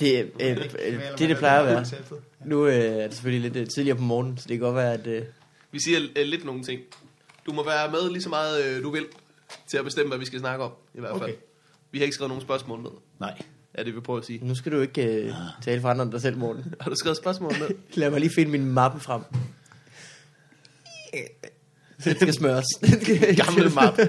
Det plejer at være. Nu er det selvfølgelig lidt tidligere på morgenen, så det kan godt være, at... Vi siger lidt nogle ting. Du må være med lige så meget, du vil, til at bestemme, hvad vi skal snakke om, i hvert fald. Okay. Vi har ikke skrevet nogen spørgsmål ned. Nej. Ja, det vil prøve at sige. Nu skal du ikke tale for andre end dig selv, Morten. Har du skrevet spørgsmål ned? Lad mig lige finde min mappe frem. Det skal smøres. Gamle mappe.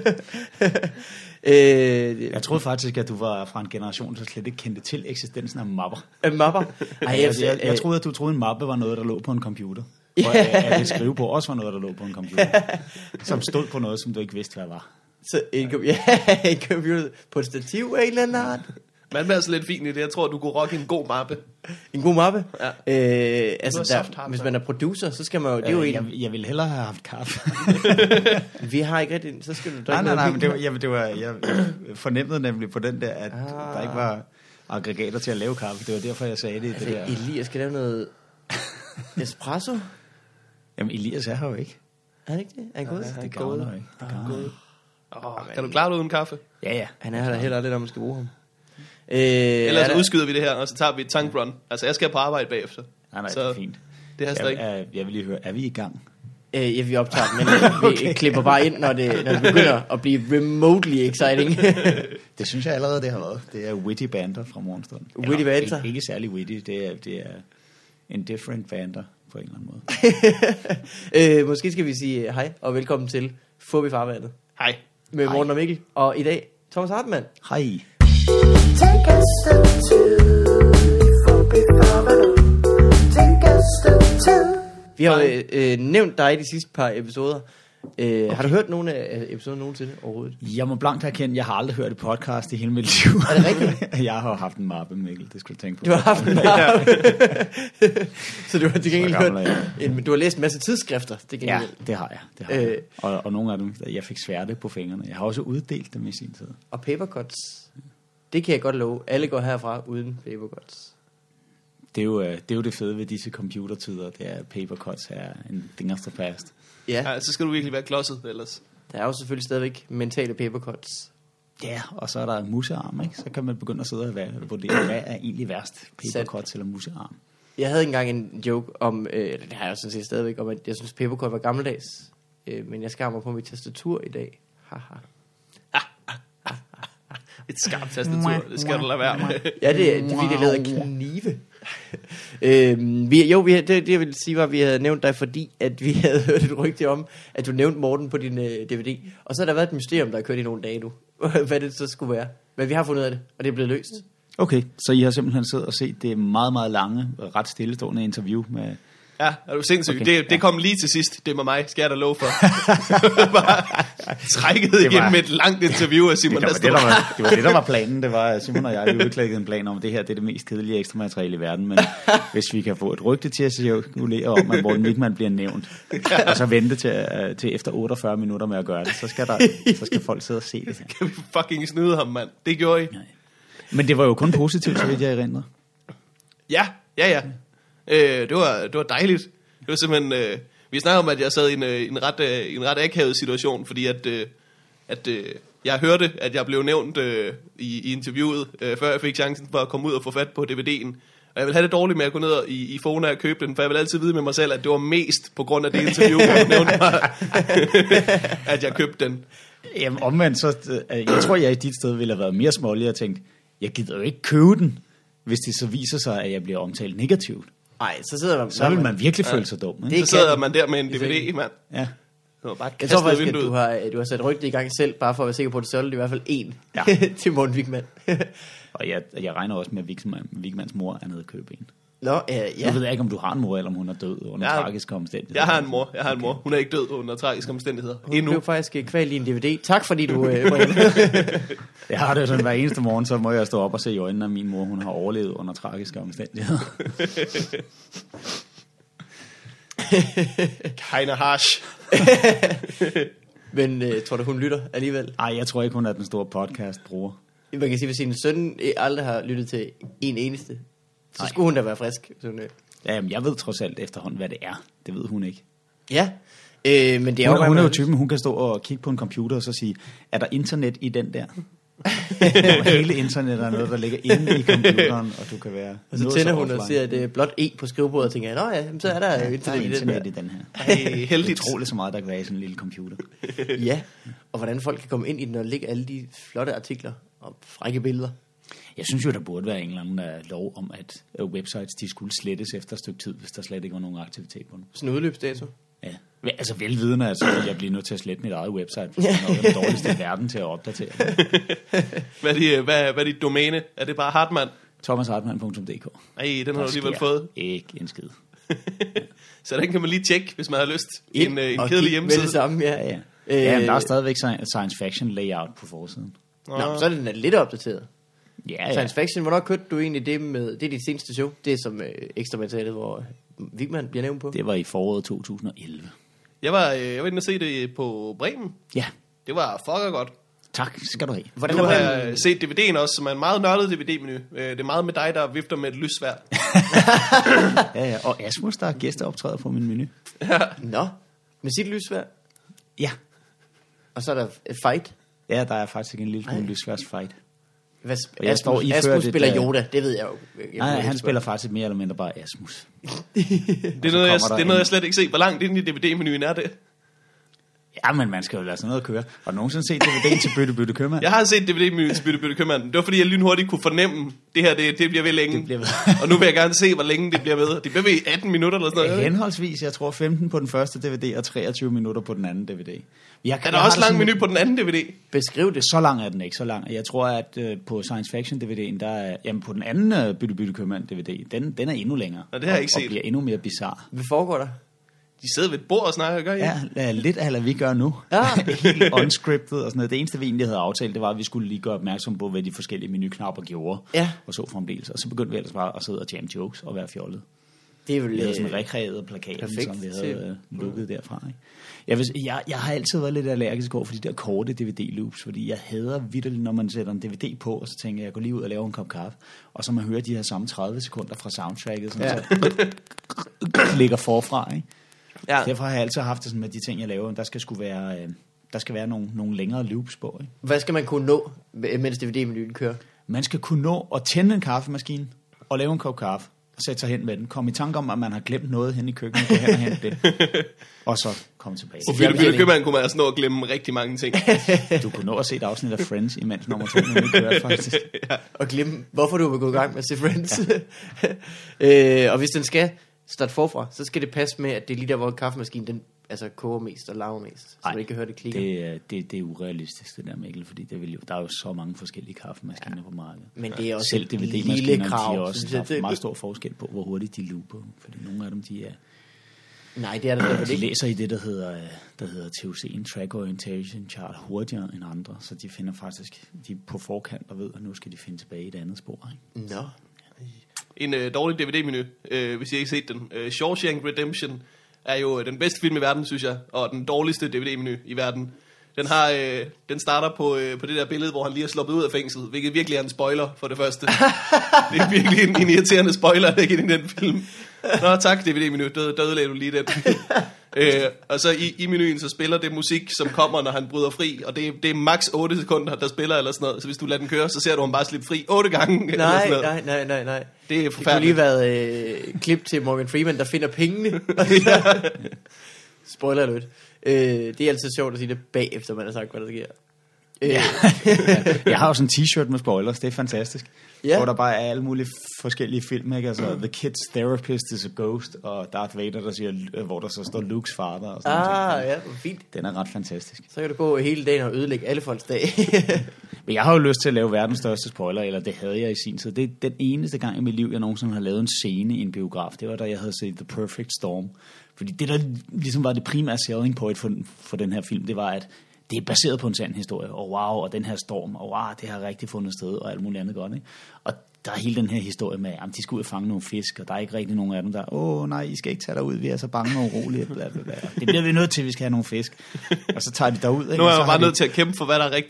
Jeg troede faktisk, at du var fra en generation, der slet ikke kendte til eksistensen af mapper. Mapper? Ej, jeg troede, at du troede, en mappe var noget, der lå på en computer. Og at det skrivebord også var noget, der lå på en computer. Som stod på noget, som du ikke vidste, hvad var. Så en computer på et stativ af en eller anden art. Man er altså lidt fin i det. Jeg tror, du kunne rocke en god mappe. En god mappe? Ja. Hvis man er producer, så skal man jo... Det er jo jeg ville hellere have haft kaffe. Vi har ikke rigtig... Så skal du drikke nej, men jeg fornemmede nemlig på den der, at der ikke var aggregater til at lave kaffe. Det var derfor, jeg sagde det. Altså, det der. Elias skal lave noget espresso? Jamen, Elias er her jo ikke. Er det ikke det? Er han gået? Det gavner ikke. Kan du klare det uden kaffe? Ja. Han er her da heller lidt, når man skal bruge ham. Ellers udskyder vi det her, og så tager vi et tankrun. Altså, jeg skal på arbejde bagefter. Nej, så det er fint. Det haster ikke. Jeg vil lige høre, er vi i gang? Ja, vi optager, men vi klipper bare ind, når det begynder at blive remotely exciting. Det synes jeg allerede, det har været. Det er witty banter fra morgenstund. Witty banter? Ikke særlig witty, det er indifferent banter på en eller anden måde. Måske skal vi sige hej og velkommen til Fubi Farvandet. Hej. Med Morten og Mikkel. Og i dag, Thomas Hartmann. Hej. Take a step two, Fubi Farvandet. Take a step two. Vi har nævnt dig i de sidste par episoder. Okay. Har du hørt nogle af episoderne nogensinde overhovedet? Jeg må blankt erkende, jeg har aldrig hørt et podcast i hele mit liv. Er det rigtigt? Jeg har haft en mappe, Mikkel, det skulle du tænke på. Du har haft en mappe? Så du har til gengæld hørt... Du har læst en masse tidsskrifter, til gengæld. Ja, det har jeg. Og nogle af dem, jeg fik sværte på fingrene. Jeg har også uddelt dem i sin tid. Og papercuts. Det kan jeg godt love. Alle går herfra uden papercuts. Det er jo det fede ved disse computertider. Det er papercuts er en thing of the past. Ja, så skal du virkelig være klodset ellers. Der er jo selvfølgelig stadigvæk mentale papercuts. Ja, og så er der musearm, ikke? Så kan man begynde at sidde og vurdere, hvad er egentlig værst, papercuts eller musearm. Jeg havde engang en joke om, det har jeg sådan set stadigvæk, om at jeg synes papercut var gammeldags. Men jeg skar mig på mit tastatur i dag. Haha. Et skarpt tastatur, det skal du lade være med. Ja, det er fordi, det lader knive. Det jeg ville sige var, at vi havde nævnt dig, fordi at vi havde hørt et rygte om, at du nævnte Morten på din DVD. Og så har der været et mysterium, der har kørt i nogle dage nu. Hvad det så skulle være. Men vi har fundet ud af det, og det er blevet løst. Okay, så I har simpelthen siddet og set det meget, meget lange, ret stillestående interview med... Ja, er du sindssygt. Okay, det kom lige til sidst. Det med mig, skal jeg da love for. Trækket igennem et langt interview af Simon. Det var det, der var planen. Det var, Simon og jeg udklækkede en plan om, det her det er det mest kedelige ekstra materiale i verden. Men hvis vi kan få et rygte til at cirkulere om, at Morten Wigman bliver nævnt, og så vente til efter 48 minutter med at gøre det, så skal folk sidde og se det. Kan vi fucking snyde ham, mand? Det gjorde I. Nej. Men det var jo kun positivt, så vidt jeg erindrer. Ja. Det var dejligt. Det var simpelthen... vi snakker om, at jeg sad i en ret akavet situation, fordi at jeg hørte, at jeg blev nævnt i interviewet, før jeg fik chancen for at komme ud og få fat på DVD'en. Og jeg vil have det dårligt med at gå ned i Fona og købe den, for jeg vil altid vide med mig selv, at det var mest på grund af det interview, jeg nævnte mig, at jeg købte den. Jamen omvendt, så jeg tror, jeg i dit sted ville have været mere smålig og tænkt, jeg gider jo ikke købe den, hvis det så viser sig, at jeg bliver omtalt negativt. Nej, så vil man virkelig føle sig dum. Så sidder man der med en DVD, mand. Ja. Jeg tror faktisk, at du har sat rygte i gang selv, bare for at være sikker på, at det solgte i hvert fald én til Morten Wigman. Og jeg regner også med, at Wigmans mor er nede at købe en. Nå, ja. Jeg ved ikke, om du har en mor, eller om hun er død under tragiske omstændigheder. Jeg har en mor. Hun er ikke død under tragiske omstændigheder. Hun blev faktisk kvalt i en DVD. Tak fordi du... Jeg har det sådan hver eneste morgen, så må jeg stå op og se i øjnene, at min mor hun har overlevet under tragiske omstændigheder. Keiner harsh. Men tror du, hun lytter alligevel? Nej, jeg tror ikke, hun er den store podcast-bruger. Man kan sige, hvis sin søn aldrig har lyttet til en eneste, så skulle hun da være frisk. Jamen, jeg ved trods alt efterhånden, hvad det er. Det ved hun ikke. Ja, men det er hun er jo typen, hun kan stå og kigge på en computer og så sige, er der internet i den der? Og hele internet er noget, der ligger inde i computeren, og du kan være... Og så tænder hun og siger, at det er blot E på skrivebordet, og tænker jeg, nå ja, så er der jo internet i den her. Ej, Det er heldigt. utroligt så meget, der kan være i sådan en lille computer. Ja, og hvordan folk kan komme ind i den og lægge alle de flotte artikler og frække billeder. Jeg synes jo, der burde være en eller anden lov om, at websites de skulle slettes efter et stykke tid, hvis der slet ikke var nogen aktivitet på dem. Sådan en udløbsdato. Ja. Altså velvidende, at så vil jeg blive nødt til at slette mit eget website, for det er den dårligste i verden til at opdatere. Hvad er dit domæne? Er det bare Hartmann? thomashartmann.dk. Ej, den har du alligevel sker fået. Ikke en skid. Så den kan man lige tjekke, hvis man har lyst. En og kedelig kig hjemmeside. med det samme, ja. Ja, ja. Men der er stadigvæk science fiction layout på forsiden. Nå, så er den lidt opdateret. Ja, Science fiction, hvornår kørte du egentlig det med, det er dit seneste show, det er som ekstra materialet, hvor Vigman bliver nævnt på? Det var i foråret 2011. Jeg var inde og se det på Bremen. Ja, Det var fucker godt. tak skal du have. Hvordan Nu er har Bremen? jeg set DVD'en også, som er en meget nørdet DVD-menu. Det er meget med dig, der vifter med et lyssværd. Ja, og Asmus, der er gæsteoptræder på min menu. Nå, med sit lysvær, Ja. og så er der et fight. Ja, der er faktisk en lille smule lysværdsfight. Hvad, Og jeg står iført Asmus et, spiller Yoda, det ved jeg jo. Nej, han spiller faktisk mere eller mindre bare Asmus. Det er noget, jeg slet ikke ser. Hvor langt inde i DVD-menuen er det? Ja, men man skal jo lade sådan noget køre. Har du nogensinde set DVD'en til Bøtte Købmand? Jeg har set DVD-menuen til Bytte Købmand. Det var fordi, jeg lynhurtigt kunne fornemme, det her det bliver ved længe. Det bliver ved. Og nu vil jeg gerne se, hvor længe det bliver ved. Det bliver ved i 18 minutter eller sådan noget. Henholdsvis, jeg tror 15 på den første DVD og 23 minutter på den anden DVD. Er der også lang menu på den anden DVD? Beskriv det. Så lang er den ikke, så lang. Jeg tror, at på Science Fiction DVD'en, der er, jamen på den anden Bøtte Købmand DVD, den er endnu længere. Og det har jeg ikke og set. bliver endnu mere bizarre. Hvad foregår der? De sidder ved et bord og snakker, gør I? Ja, lidt af, hvad vi gør nu. Ja. Helt unscripted og sådan noget. Det eneste, vi egentlig havde aftalt, det var, at vi skulle lige gøre opmærksom på, hvad de forskellige menuknapper gjorde. Ja. Og så fremdeles. Og så begyndte vi ellers bare at sidde og jam jokes og være fjollet. Det er Vi vel havde sådan rekreeret plakaten, perfekt som vi havde lukket derfra. Ikke? Jeg har altid været lidt allergisk over for de der korte DVD-loops, fordi jeg hader vitterligt, når man sætter en DVD på, og så tænker jeg går lige ud og laver en kop kaffe, og så man hører de her samme 30 sekunder fra soundtracket, sådan, så klikker forfra. Ikke? Ja. Derfor har jeg altid haft det sådan med de ting, jeg laver. Der skal være nogle længere loops på. Ikke? Hvad skal man kunne nå, mens DVD-menuen kører? Man skal kunne nå at tænde en kaffemaskine og lave en kop kaffe og sætte sig hen med den. Kom i tanke om, at man har glemt noget hen i køkkenet, gå hen og hente det. Og så komme tilbage. På Bytte Købmand kunne man altså nå at glemme rigtig mange ting. Du kunne nå at se et afsnit af Friends, imens nummer 2 nu kørte faktisk. Og glemme, hvorfor du vil gå i gang med at se Friends. Og hvis den skal starte forfra, så skal det passe med, at det er lige der, hvor kaffemaskinen den altså koger mest og laver mest, så man ikke kan høre det klikke. Det er urealistisk, det der, Mikkel, fordi der er jo så mange forskellige kaffemaskiner på markedet. Men det er også selv et DVD-maskiner, lille de krav, er også, synes der jeg. er meget stor forskel på, hvor hurtigt de looper, fordi nogle af dem, de er... Nej, det er der De ikke. læser i det, der hedder TOC, Track Orientation Chart, hurtigere end andre, så de finder faktisk, de er på forkant og ved, at nu skal de finde tilbage i et andet spor. Ikke? Nå. En dårlig DVD-menu, hvis I ikke har set den. Shawshank Redemption er jo den bedste film i verden, synes jeg, og den dårligste DVD-menu i verden. Den starter på det der billede, hvor han lige er sluppet ud af fængslet, hvilket virkelig er en spoiler for det første. Det er virkelig en irriterende spoiler, at ikke i den film. Nå tak, DVD-menu, dødelagde du lige den. Og så i menuen, så spiller det musik, som kommer, når han bryder fri, og det er max 8 sekunder, der spiller eller sådan noget. Så hvis du lader den køre, så ser du ham bare slippe fri 8 gange. Eller sådan noget. Nej. Det er Det kunne forfærdeligt. lige været klip til Morgan Freeman, der finder pengene. Spoiler alert. Det er altid sjovt at sige det bagefter, man har sagt, hvad der sker. Jeg har jo sådan en t-shirt med spoilers, det er fantastisk. Ja. Hvor der bare er alle mulige forskellige film, ikke? Altså, The Kid's Therapist is a Ghost, og Darth Vader, der siger, hvor der så står Lukes fader og sådan noget. Ja, fint. Den er ret fantastisk. Så kan du gå hele dagen og ødelægge alle folks dag. Men jeg har jo lyst til at lave verdens største spoiler, eller det havde jeg i sin tid. Det er den eneste gang i mit liv, jeg nogensinde har lavet en scene i en biograf. Det var da jeg havde set The Perfect Storm. Fordi det, der ligesom var det primære selling point for den her film, det var, at det er baseret på en sand historie. Og wow, og den her storm, og wow, det har rigtig fundet sted, og alt muligt andet godt, ikke? Og der er hele den her historie med, at de skal ud og fange nogle fisk, og der er ikke rigtig nogen af dem, der, nej, I skal ikke tage derud, vi er så bange og urolige, bla, bla, bla. Det bliver vi nødt til, vi skal have nogle fisk. Og så tager de derud, ikke? Nu er Og så jeg har bare nødt til at kæmpe for, hvad der er rigtigt.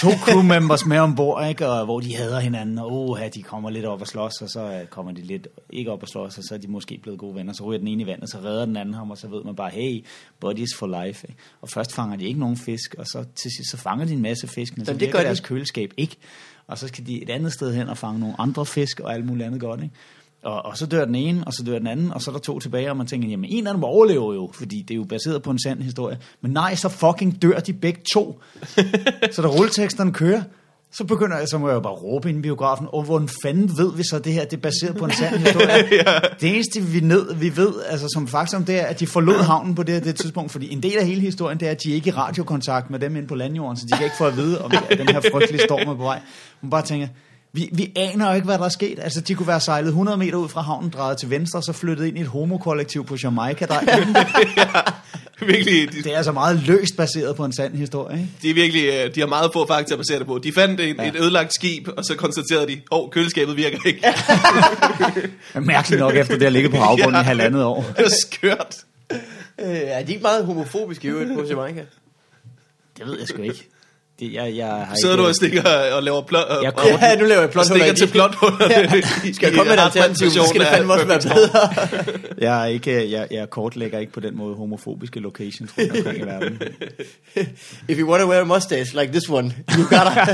2 crew members med ombord, ikke? Og hvor de hader hinanden, og de kommer lidt op og slås, og så kommer de lidt ikke op og slås, og så er de måske blevet gode venner, så ryger den ene i vandet, så redder den anden ham, og så ved man bare, hey, buddies for life, ikke? Og først fanger de ikke nogen fisk, og så til sidst så fanger de en masse fisk, men så det gør deres køleskab ikke, og så skal de et andet sted hen og fange nogle andre fisk, og alt muligt andet godt, ikke? Og så dør den ene, og så dør den anden, og så er der 2 tilbage, og man tænker, jamen en af dem overlever jo, fordi det er jo baseret på en sand historie. Men nej, så fucking dør de begge 2. Så da rulleteksterne kører, så må jeg jo bare råbe ind i biografen, og hvordan fanden ved vi så det her, det er baseret på en sand historie? Ja. Det eneste vi ved, altså som faktum, det er, at de forlod havnen på det tidspunkt, fordi en del af hele historien, det er, at de ikke er i radiokontakt med dem inde på landjorden, så de kan ikke få at vide, om den her frygtelige storm er på vej. Man bare tænker, vi aner jo ikke, hvad der er sket. Altså, de kunne være sejlet 100 meter ud fra havnen, drejet til venstre, og så flyttet ind i et homokollektiv på Jamaica. Der er virkelig, det er altså meget løst baseret på en sand historie, ikke? De er virkelig, de har meget få fakta at basere det på. De fandt et ødelagt skib, og så konstaterede de, køleskabet virker ikke. Mærkeligt nok, efter det har ligget på havbunden i 1,5 år. Det er skørt. Er de ikke meget homofobiske i øvrigt på Jamaica? Det ved jeg sgu ikke. Sidder du og stikker og laver plot? Ja, nu laver jeg plot. Stikker til plothuller. Skal jeg komme med et alternativ, så skal det fandme også være bedre. Jeg kortlægger ikke på den måde homofobiske locations rundt omkring i verden. If you want to wear a mustache like this one, you gotta.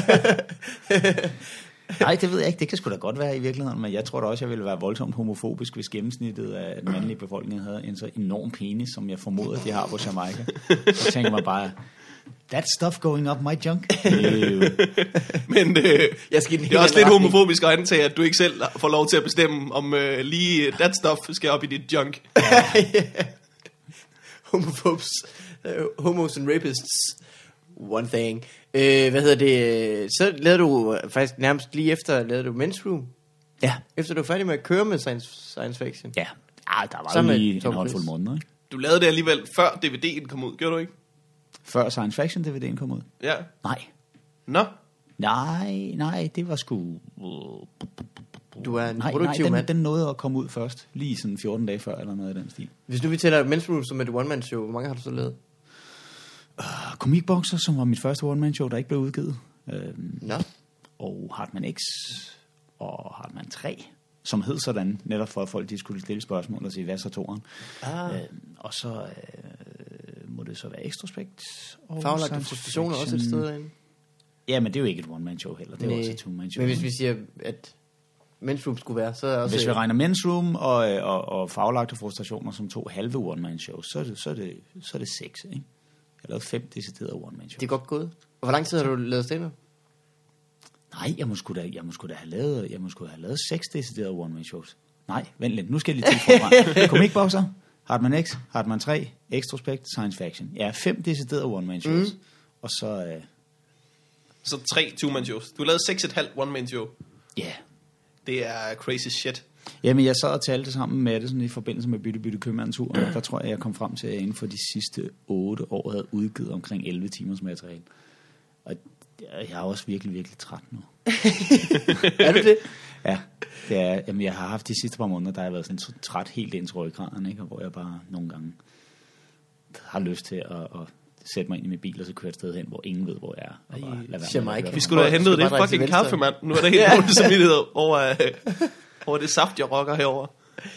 Nej, det ved jeg ikke. Det kan sgu da godt være i virkeligheden, men jeg tror da også, jeg ville være voldsomt homofobisk, hvis gennemsnittet af den mandlige befolkning havde en så enorm penis, som jeg formoder, de har på Jamaica. Så tænker man bare, that stuff going up my junk. Men det er også lidt homofobisk at antage, at du ikke selv får lov til at bestemme, om lige that stuff skal op i dit junk. Homos and rapists, one thing. Hvad hedder det? Så lavede du faktisk nærmest lige efter, lavede du Men's Room. Ja. Efter du var færdig med at køre med science fiction. Ja, der var jo lige en håndfuld måneder, ikke? Du lavede det alligevel før DVD'en kom ud, gjorde du ikke? Før science fiction DVD'en kom ud? Ja. Nej. Nå? Nej, det var sgu... Du er en produktiv mand. Den nåede at komme ud først, lige sådan 14 dage før, eller noget i den stil. Hvis du vil tælle Men's Room som et one-man-show, hvor mange har du så lavet? Comic Boxer, som var mit første one-man-show, der ikke blev udgivet. Nå. Og Hartman X og Hartman 3, som hed sådan, netop for at folk de skulle stille spørgsmål og sige, hvad så toren. Og så må det så være Extrospekt. Faglagte frustrationer også et sted derinde. Ja, men det er jo ikke et one-man-show heller. Det er også et two-man-show. Men hvis vi siger, at Men's Room skulle være, så er også... Hvis vi regner Men's Room og faglagte frustrationer som 2 halve one-man-shows, så er det 6, ikke? Jeg har lavet 5 deciderede one-man-shows. Det er godt gået. Og hvor lang tid har du lavet stand-up? Nej, jeg må sgu da have lavet 6 deciderede one-man-shows. Nej, vent lidt. Nu skal jeg lige til forfra. Comic Boxer, Hartman X, Hartman 3, Extrospekt, Science Fiction. Ja, 5 deciderede one-man-shows. Og så... Så 3 two-man-shows. Du har lavet 6,5 one-man-show. Ja. Yeah. Det er crazy shit. Jamen, jeg sad og talte sammen med det sådan i forbindelse med Bytte købmandtur, og der tror jeg kom frem til, at jeg inden for de sidste 8 år havde udgivet omkring 11 timers materiale. Og jeg er også virkelig, virkelig træt nu. Er du det? Ja, det er. Jamen, jeg har haft de sidste par måneder, der har jeg været sådan træt helt ind til ryggraden, ikke? Og hvor jeg bare nogle gange har lyst til at sætte mig ind i min bil, og så køre et sted hen, hvor ingen ved, hvor jeg er. Og bare lade være med vi skulle da have hentet det fucking kaffe, mand. Nu er der helt dårlig samvittighed over det saft, jeg rocker herover.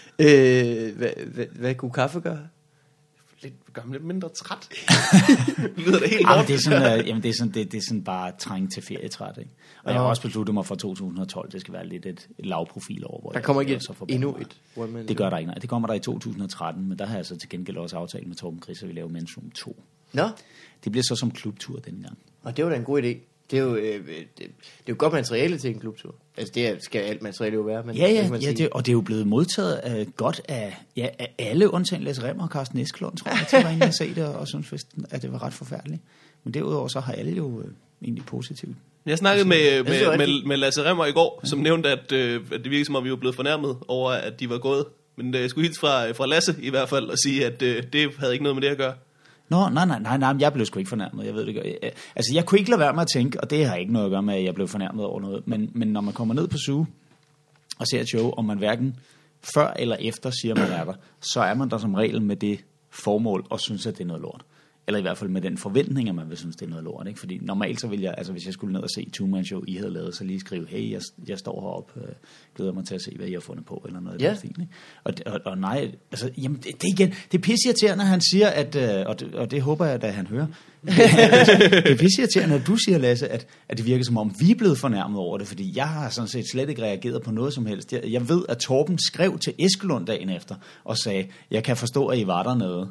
Hvad kunne kaffe gøre? Gør mig lidt mindre træt. Det lyder da helt hårdt. Det er sådan bare trængt til ferietræt, ikke? Og jeg har også besluttet mig for 2012, det skal være lidt et lavprofil over, hvor der kommer ikke endnu et one-man. Det gør der ikke, nej. Det kommer der i 2013, men der har jeg så til gengæld også aftalt med Torben Chris, at vi laver Men's Room 2. Nå? Det bliver så som klubtur dengang. Og det var da en god idé. Det er jo godt materiale til en klubtur. Altså det skal alt materiale jo være. Men og det er jo blevet modtaget godt af alle, undtagen Lasse Remmer og Carsten Eskelund, tror jeg, til var inde og se det, og synes at det var ret forfærdeligt. Men derudover så har alle jo egentlig positivt. Jeg snakkede med Lasse Remmer i går, som nævnte, at det virkede som om vi var blevet fornærmet over, at de var gået. Men jeg skulle hilse fra Lasse i hvert fald og sige, at det havde ikke noget med det at gøre. Nå, nej, jeg blev sgu ikke fornærmet, jeg ved det ikke. Altså, jeg kunne ikke lade være med at tænke, og det har ikke noget at gøre med, at jeg blev fornærmet over noget, men når man kommer ned på Zoo og ser et show, og man hverken før eller efter siger, man er der, så er man der som regel med det formål, og synes, at det er noget lort. Eller i hvert fald med den forventning, at man vil synes, det er noget lort. Ikke? Fordi normalt så vil jeg, altså hvis jeg skulle ned og se Two-Man Show, I havde lavet, så lige skrive, hey, jeg står heroppe, glæder mig til at se, hvad I har fundet på, eller noget af den stil. Ikke? Og nej, altså, jamen, det igen, det er pisseirriterende, når han siger, at, og det håber jeg, at han hører, det er pisseirriterende, når du siger, Lasse, at det virker som om, vi er blevet fornærmet over det, fordi jeg har sådan set slet ikke reageret på noget som helst. Jeg ved, at Torben skrev til Eskelund dagen efter, og sagde, jeg kan forstå, at I var dernede.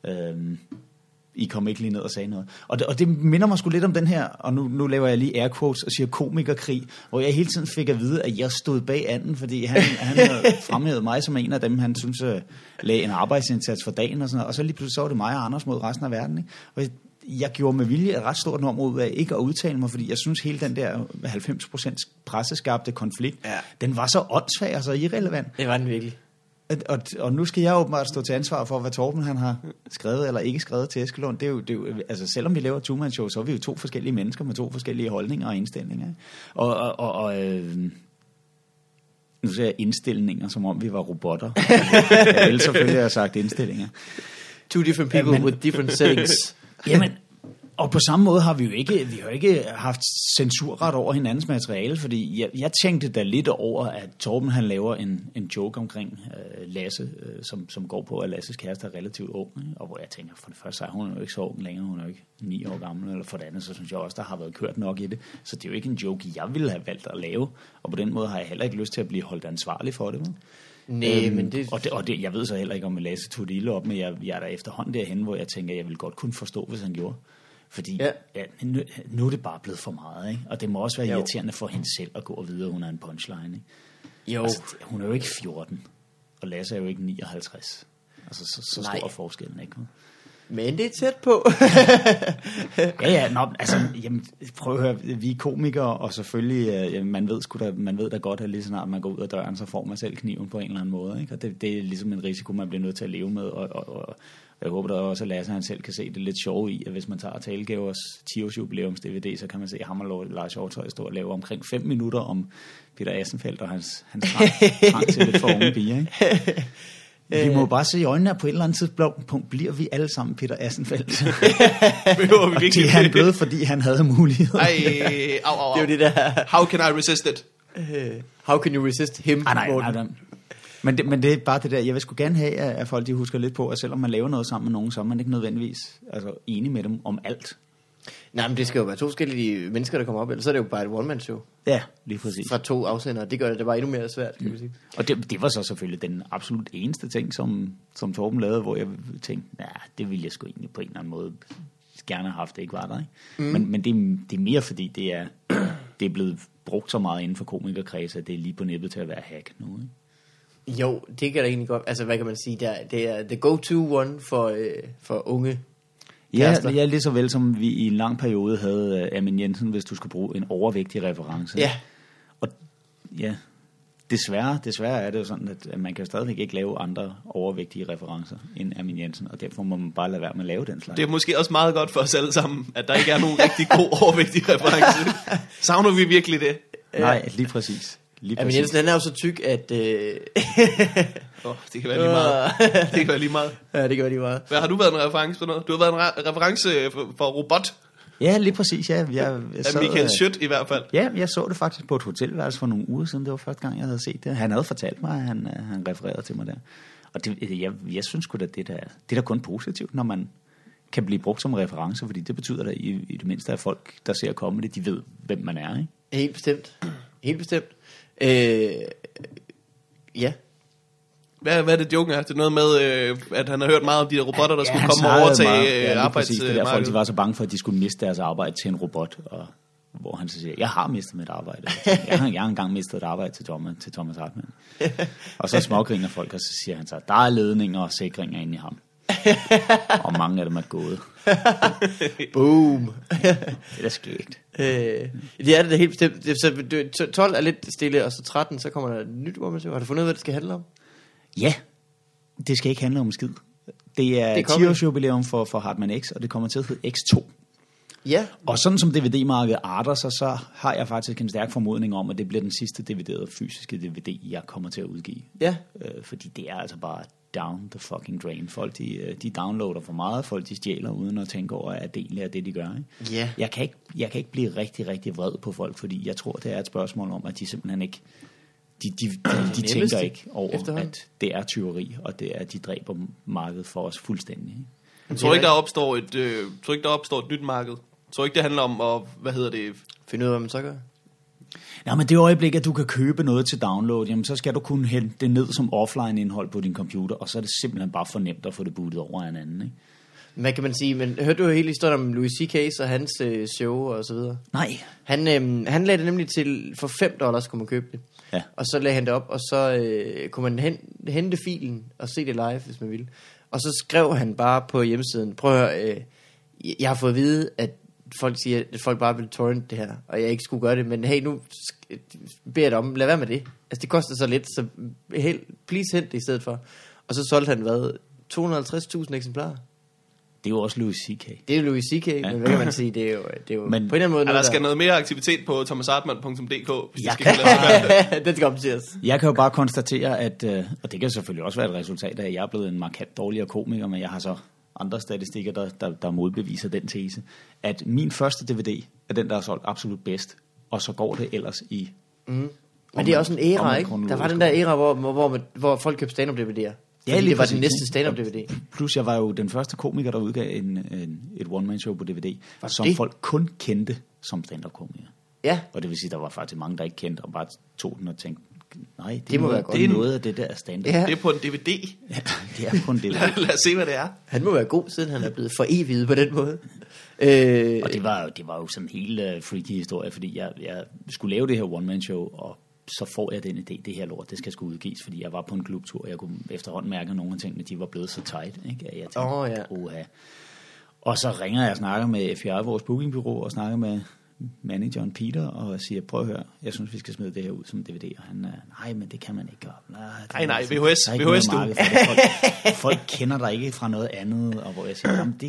I kom ikke lige ned og sagde noget. Og det minder mig sgu lidt om den her, og nu laver jeg lige air quotes og siger komikerkrig, hvor jeg hele tiden fik at vide, at jeg stod bag anden, fordi han fremhævede mig som en af dem, han synes lagde en arbejdsindsats for dagen og sådan noget, og så lige pludselig så var det mig og Anders mod resten af verden. Ikke? Og jeg gjorde med vilje et ret stort nummer ud af ikke at udtale mig, fordi jeg synes hele den der 90% presseskabte konflikt, den var så åndssvag og så irrelevant. Det var den virkelig. Og nu skal jeg åbenbart stå til ansvar for, hvad Torben han har skrevet eller ikke skrevet til Eskelund. Det er jo, altså selvom vi laver Two-Man Show, så er vi jo 2 forskellige mennesker med 2 forskellige holdninger og indstillinger. Og nu siger jeg indstillinger, som om vi var robotter. Jeg ville selvfølgelig have sagt indstillinger. 2 different people with different settings. Jamen, og på samme måde har vi jo ikke haft censurret over hinandens materiale, fordi jeg tænkte da lidt over, at Torben han laver en joke omkring Lasse, som går på, at Lasses kæreste er relativt ung, ikke? Og hvor jeg tænker, for det første så er hun jo ikke så ung længere, hun er jo ikke 9 år gammel, eller for det andet, så synes jeg også, der har været kørt nok i det. Så det er jo ikke en joke, jeg ville have valgt at lave, og på den måde har jeg heller ikke lyst til at blive holdt ansvarlig for det. Nej, men det... Og det, jeg ved så heller ikke, om Lasse tog det ilde op, men jeg er der efterhånden derhen, hvor jeg tænker, jeg ville godt kunne forstå, hvis han gjorde. Fordi nu er det bare blevet for meget, ikke? Og det må også være irriterende for hende selv at gå og vide, at hun er en punchline, ikke? Jo. Altså, hun er jo ikke 14, og Lasse er jo ikke 59. Altså, så stor forskellen, ikke? Men det er tæt på. Jamen, prøv at høre, vi er komikere, og selvfølgelig, man ved da godt, at lige så snart man går ud af døren, så får man selv kniven på en eller anden måde, ikke? Og det er ligesom en risiko, man bliver nødt til at leve med, og jeg håber da også, at Lasse han selv kan se det lidt sjove i, at hvis man tager Talegavers 10-års jubilæums DVD, så kan man se ham og Lars Hjortøj stå og lave omkring 5 minutter om Peter Assenfeldt og hans trang til lidt for unge piger, ikke? Vi må bare se i øjnene, at på et eller andet tidspunkt bliver vi alle sammen Peter Assenfeldt. Fordi han blev, fordi han havde mulighed. Ej, au. Det er jo det der... How can I resist it? How can you resist him? Nej. Men det er bare det der, jeg vil sgu gerne have, at folk de husker lidt på, at selvom man laver noget sammen med nogen, så er man ikke nødvendigvis enig med dem om alt. Nej, men det skal jo være 2 forskellige mennesker, der kommer op, ellers så er det jo bare et one-man-show. Ja, lige præcis. Fra 2 afsendere. Det gør det bare endnu mere svært, kan vi sige. Og det var så selvfølgelig den absolut eneste ting, som Torben lavede, hvor jeg tænkte, det ville jeg sgu egentlig på en eller anden måde gerne have haft, det ikke var der, ikke? Men det er mere fordi, det er blevet brugt så meget inden for komikerkredse, at det er lige på nippet til at være hack nu, ikke? Jo, det kan da egentlig godt. Altså, hvad kan man sige? Det er the go-to one for unge kærester. Ja, lige så vel som vi i en lang periode havde Amin Jensen, hvis du skulle bruge en overvægtig reference. Ja. Og ja, desværre er det jo sådan, at man kan stadigvæk ikke lave andre overvægtige referencer end Amin Jensen, og derfor må man bare lade være med at lave den slags. Det er måske også meget godt for os alle sammen, at der ikke er nogen rigtig god overvægtig reference. Savner vi virkelig det? Nej, lige præcis. Amin Jensen, han er jo så tyk, at... det kan være lige meget. Det kan være lige meget. Ja, det kan være lige meget. Hvad har du været en reference for noget? Du har været en reference for robot. Ja, lige præcis, ja. Jeg Michael Schødt i hvert fald. Ja, jeg så det faktisk på et hotelværelse for nogle uger siden. Det var første gang, jeg havde set det. Han havde fortalt mig, at han refererede til mig der. Og jeg synes sgu da, det er da kun positivt, når man kan blive brugt som reference, fordi det betyder da i det mindste, at folk, der ser comedy, de ved, hvem man er, ikke? Helt bestemt. Helt bestemt. Ja. Hvad er det, joken er? Det er noget med, at han har hørt meget om de der robotter, der skulle komme og overtage arbejdsmarkedet. Folk de var så bange for, at de skulle miste deres arbejde til en robot, og hvor han så siger, jeg har mistet mit arbejde. Jeg har engang mistet et arbejde til Thomas Hartmann. Og så smågriner folk, og så siger han så, der er ledninger og sikringer inde i ham. Og mange af dem er gået. Boom. Det er da skægt. Det er det helt bestemt. Så 12 er lidt stille, og så 13, så kommer der et nyt woman-show. Har du fundet ud af, hvad det skal handle om? Ja, det skal ikke handle om skid. Det er 10-års jubilæum for Hartmann X, og det kommer til at hedde X2. Ja. Og sådan som DVD-markedet arter sig, så har jeg faktisk en stærk formodning om, at det bliver den sidste dividerede fysiske DVD, jeg kommer til at udgive. Ja. Fordi det er altså bare down the fucking drain. Folk, de downloader for meget, folk de stjæler uden at tænke over, at det egentlig er det, de gør. Ikke? Ja. Jeg kan ikke blive rigtig, rigtig vred på folk, fordi jeg tror, det er et spørgsmål om, at de simpelthen ikke de tænker ikke over, at det er tyveri, og det er, at de dræber markedet for os fuldstændig. Ikke? Jeg tror ikke, der opstår et nyt marked. Jeg tror ikke, det handler om at, finde ud af, hvad man så gør. Ja, men det øjeblik, at du kan købe noget til download, jamen så skal du kunne hente det ned som offline-indhold på din computer, og så er det simpelthen bare for nemt at få det bootet over en anden, ikke? Hvad kan man sige? Men hørte du hele historien om Louis C.K. og hans show og så videre? Nej. Han lagde det nemlig til, for $5 kunne man købe det. Ja. Og så lagde han det op, og så kunne man hente filen og se det live, hvis man ville. Og så skrev han bare på hjemmesiden, prøv at høre, jeg har fået at vide, at folk siger, at folk bare vil torrent det her, og jeg ikke skulle gøre det, men hey, nu beder jeg dig om, lad være med det. Altså, det koster så lidt, så please hent det i stedet for. Og så solgte han, 250.000 eksemplarer. Det er jo også Louis C.K. Det er Louis C.K., ja. Men hvad kan man sige, det er jo men, på en eller anden måde der skal noget mere aktivitet på thomashartmann.dk, hvis det skal den skal opdateres. Jeg kan jo bare konstatere, at, og det kan selvfølgelig også være et resultat af, at jeg er blevet en markant dårligere komiker, men jeg har så andre statistikker, der modbeviser den tese, at min første DVD er den, der er solgt absolut bedst, og så går det ellers i... Men det er også en æra, ikke? Der var den der æra, hvor folk købte stand-up DVD'er. Ja, det var den næste stand-up DVD. Plus jeg var jo den første komiker, der udgav et one-man-show på DVD, som folk kun kendte som stand-up-komiker. Ja. Og det vil sige, der var faktisk mange, der ikke kendte, og bare tog den og tænkte, nej, det må være godt. Det er noget af det der stand-up. Ja. Det er på en DVD. Ja, det er på en DVD. Lad os se, hvad det er. Han må være god, siden han er blevet for evigt på den måde. Og det var jo sådan en helt freaky historie, fordi jeg skulle lave det her one-man-show, og så får jeg den idé, det her lort, det skal sgu udgives, fordi jeg var på en klubtur, og jeg kunne efterhånden mærke, at nogle af tingene, de var blevet så tight, ikke? At jeg tænkte, ja. Og så ringer jeg og snakker med FIA, vores bookingbureau, og snakker med manageren Peter, og siger, prøv at høre, jeg synes, vi skal smide det her ud som DVD, og han nej, men det kan man ikke gøre. Nej, VHS du. Folk kender dig ikke fra noget andet, og hvor jeg siger, jamen